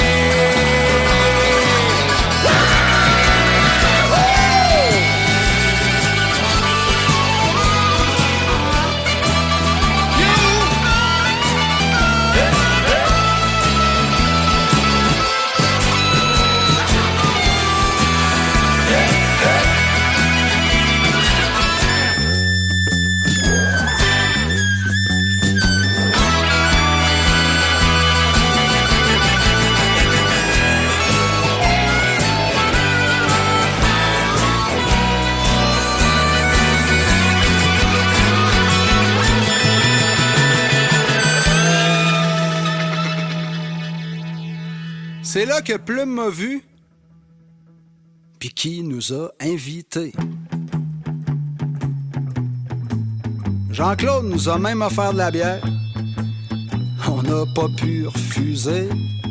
C'est là que Plume m'a vu, puis qui nous a invités. Jean-Claude nous a même offert de la bière. On n'a pas pu refuser.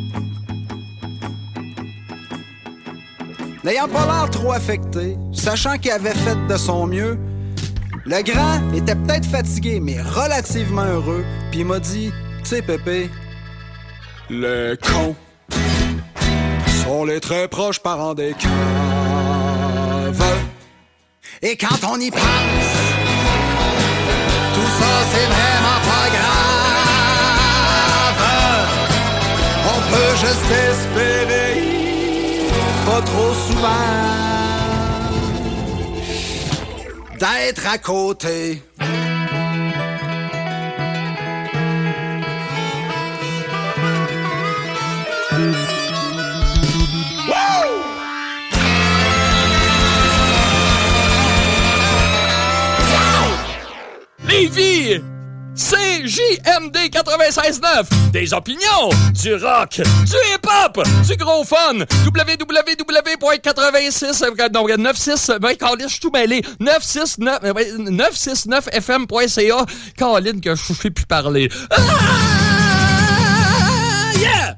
N'ayant pas l'air trop affecté, sachant qu'il avait fait de son mieux, le grand était peut-être fatigué, mais relativement heureux, puis il m'a dit, tu sais, Pépé, les cons sont les très proches parents des caves. Et quand on y pense, tout ça c'est vraiment pas grave. On peut juste espérer, pas trop souvent, d'être à côté. Lévis! CJMD 96.9. Des opinions, du rock, du hip-hop, du gros fun. www.86... Non, 96... Ben, Caroline, je suis tout mêlé. 969fm.ca. Caroline, que je sais plus parler. Ah! Yeah!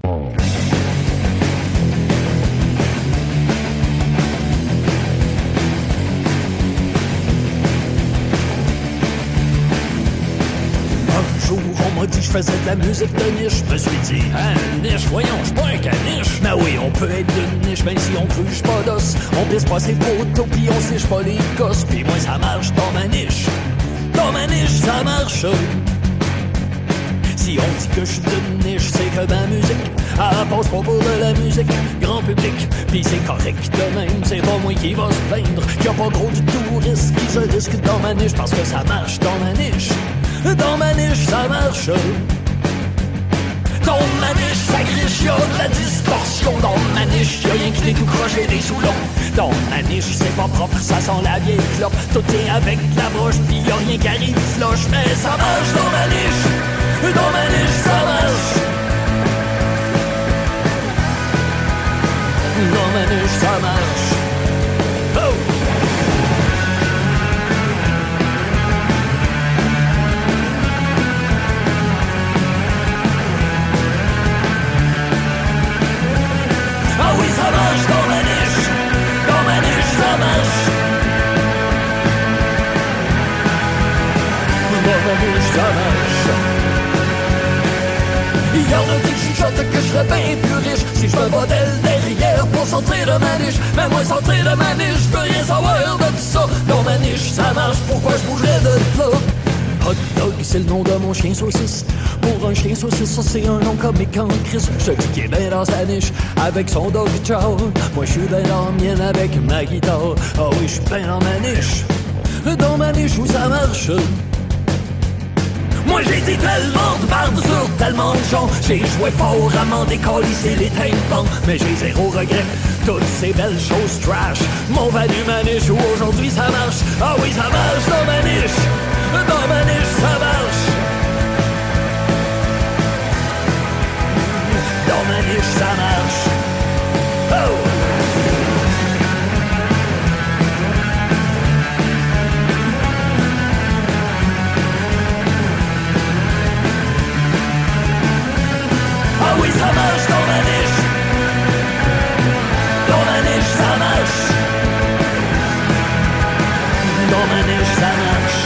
On m'a dit que je faisais de la musique de niche. Je me suis dit, hein, niche, voyons, je suis pas un caniche. Mais oui, on peut être d'une niche, même si on cruche pas d'os. On pisse pas ses poteaux, pis on sèche pas les gosses. Pis moi, ça marche dans ma niche. Dans ma niche, ça marche. Si on dit que je suis d'une niche, c'est que ma musique, elle passe pas pour de la musique grand public. Pis c'est correct de même, c'est pas moi qui va se plaindre qu'il y a pas gros du tourisme qui se risque dans ma niche, parce que ça marche dans ma niche. Dans ma niche, ça marche. Dans ma niche, ça griche, y'a de la distorsion. Dans ma niche, y'a rien que des tout crochés, des sous-longs. Dans ma niche, c'est pas propre, ça sent la vieille clope. Tout est avec la broche, pis y'a rien qui arrive floche. Mais ça marche dans ma niche. Dans ma niche, ça marche. Dans ma niche, ça marche. Oh! Ah oui, ça marche dans ma niche. Dans ma niche, ça marche. Dans ma niche, ça marche. Il y en a qui chuchotent que je serais bien plus riche si je me modèle derrière pour sortir de ma niche. Mais moi, sortir de ma niche, je peux rien savoir de tout ça. Dans ma niche, ça marche, pourquoi je bougerais de là? Hot dog, c'est le nom de mon chien saucisse. Pour un chien saucisse, ça c'est un nom comique en Christ. Je te dis qu'il est bien dans sa niche, avec son dog chow. Moi je suis bien dans la mienne avec ma guitare. Ah oui, je suis bien dans ma niche. Dans ma niche où ça marche. Moi j'ai dit tellement de bardes sur tellement de gens. J'ai joué fort à m'en décalisser les tympans. Mais j'ai zéro regret, toutes ces belles choses trash m'ont valu ma niche où aujourd'hui ça marche. Ah oui, ça marche dans ma niche. Dans ma niche, ça marche. Dans ma niche, ça marche. Oh! Ah oui, ça marche dans ma niche. Dans ma niche, ça marche. Dans ma niche, ça marche.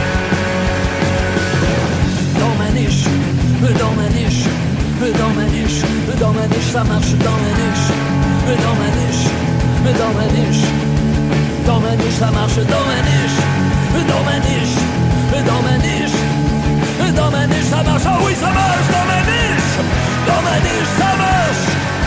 Dans ma niche, dans ma niche, dans ma niche, dans ma niche, ça marche dans ma niche, dans ma niche, dans ma niche, dans ma niche, ça marche dans ma niche, dans ma niche, dans ma niche, dans ma niche, ça marche, ah oui, ça marche dans ma niche, dans ma niche, ça marche.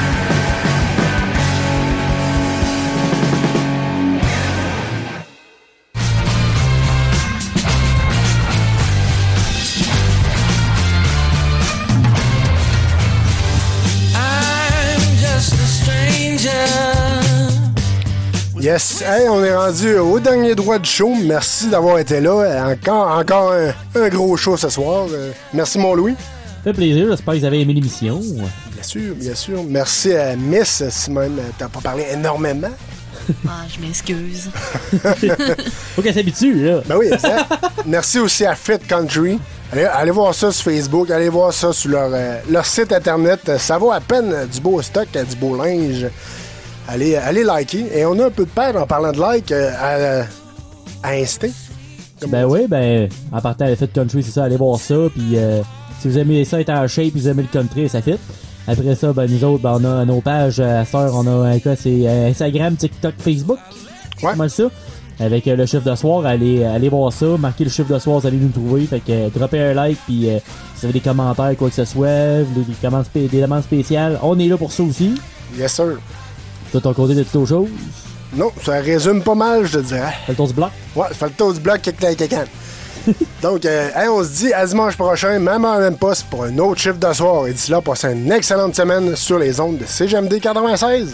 Yes, hey, on est rendu au dernier droit du show. Merci d'avoir été là. Encore un gros show ce soir. Merci, mon Louis. fait plaisir, j'espère que vous avez aimé l'émission. Bien sûr, bien sûr. Merci à Miss, si même t'as pas parlé énormément. Ah, je m'excuse. Faut qu'elle s'habitue, là. Ben oui, exact. Merci aussi à Fit Country. Allez voir ça sur Facebook, allez voir ça sur leur site internet. Ça vaut à peine du beau stock, du beau linge. Allez liker. Et on a un peu de peur en parlant de like à Instinct. Ben oui, en partant à Fit Country, c'est ça, allez voir ça. Puis si vous aimez ça être en shape, vous aimez le country, ça fit. Après ça, nous autres, on a nos pages à cette heure, on a c'est Instagram, TikTok, Facebook. Ouais. Mal ça. Avec le chiffre de soir, allez voir ça, marquez le chiffre de soir, vous allez nous trouver. Fait que droppez un like, puis si vous avez des commentaires, quoi que ce soit, des demandes spéciales, on est là pour ça aussi. Yes sir. Toi, ton côté de toutes aux choses? Non, ça résume pas mal, je te dirais. Fait le tour du bloc? Ouais, ça fait le tour du bloc, quelqu'un. Donc, on se dit à dimanche prochain, même en même poste, pour un autre chiffre de soir. Et d'ici là, passez une excellente semaine sur les ondes de CGMD 96.9.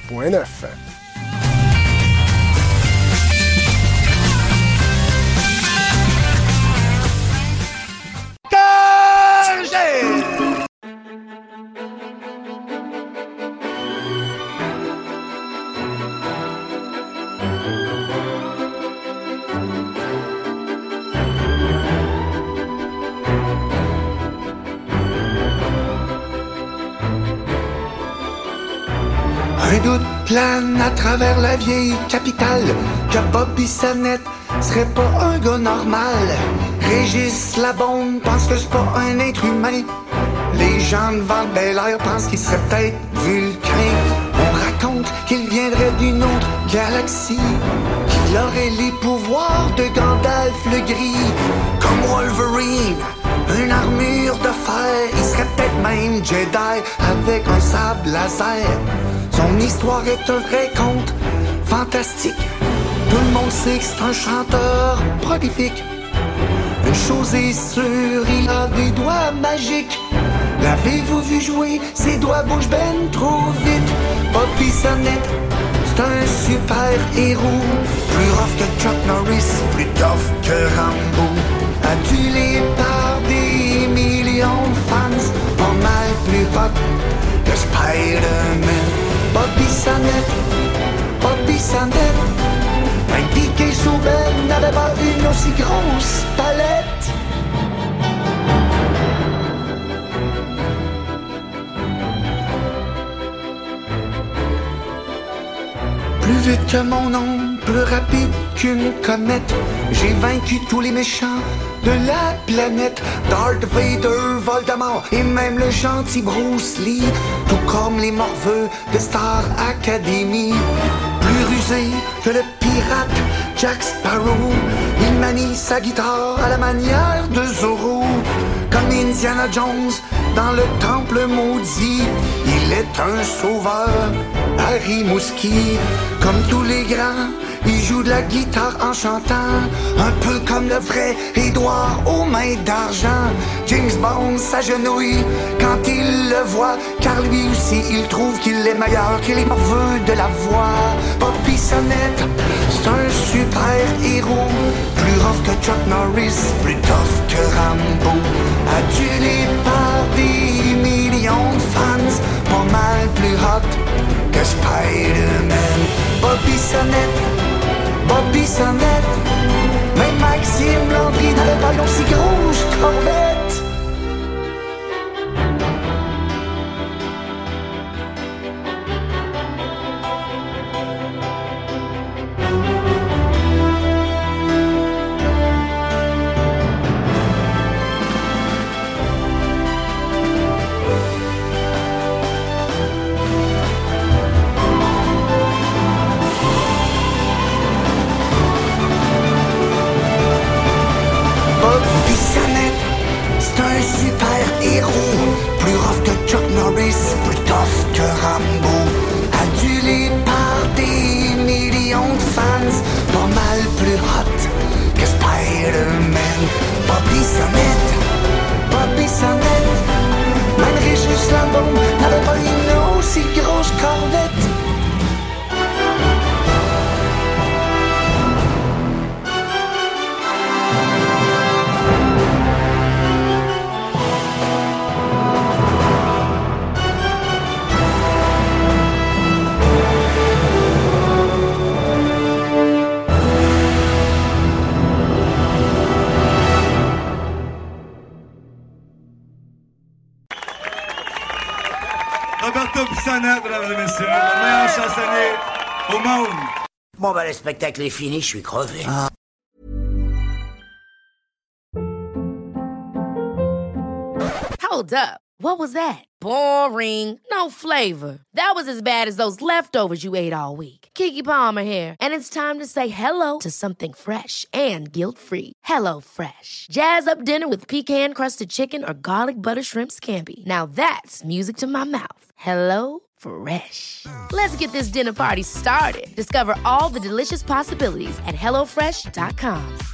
Un doute plane à travers la vieille capitale, que Bobby Sannette serait pas un gars normal. Régis Labombe pense que c'est pas un être humain. Les gens de Val-Belair pensent qu'il serait peut-être vulcain. On raconte qu'il viendrait d'une autre galaxie, qu'il aurait les pouvoirs de Gandalf le Gris. Comme Wolverine, une armure de fer, il serait peut-être même Jedi avec un sable laser. Son histoire est un vrai conte fantastique. Tout le monde sait que c'est un chanteur prolifique. Une chose est sûre, il a des doigts magiques. L'avez-vous vu jouer? Ses doigts bougent ben trop vite. Bobby Sannette, c'est un super héros. Plus rough que Chuck Norris, plus tough que Rambo. Adulé par des millions de fans, pas mal plus hot que Spider-Man. Bobby Sannette, Bobby Sannette. Un Piqué Souben n'avait pas une aussi grosse palette. Plus vite que mon ombre, plus rapide qu'une comète, j'ai vaincu tous les méchants de la planète. Darth Vader, Voldemort et même le gentil Bruce Lee, tout comme les morveux de Star Academy. Plus rusé que le pirate Jack Sparrow, il manie sa guitare à la manière de Zorro. Comme Indiana Jones dans le temple maudit, il est un sauveur, Harry Mouski. Comme tous les grands, il joue de la guitare en chantant, un peu comme le vrai Édouard aux mains d'argent. James Bond s'agenouille quand il le voit, car lui aussi il trouve qu'il est meilleur que les morveux de la voix. Bobby Sannette, c'est un super héros, plus rough que Chuck Norris, plus tough que Rambo. Adulé par des millions de fans, pas mal plus hot que Spider-Man. Bobby Sannette, Bobby Sannette, même Maxime Landry n'avait pas une aussi grosse corvette. Bobby Sannette, c'est un super héros, plus rough que Chuck Norris, plus tough que Rambo. Adulé par des millions de fans, pas mal plus hot que Spider-Man. Bobby Sannette, Bobby Sannette, même Régis Labombe n'avait pas une aussi grosse corvette. Roberto Pissonnette, mesdames et messieurs, le meilleur chansonnier au monde. Bon, ben, le spectacle est fini, je suis crevé. Ah. Hold up. What was that? Boring. No flavor. That was as bad as those leftovers you ate all week. Keke Palmer here, and it's time to say hello to something fresh and guilt-free. Hello Fresh. Jazz up dinner with pecan-crusted chicken or garlic butter shrimp scampi. Now that's music to my mouth. Hello Fresh. Let's get this dinner party started. Discover all the delicious possibilities at HelloFresh.com.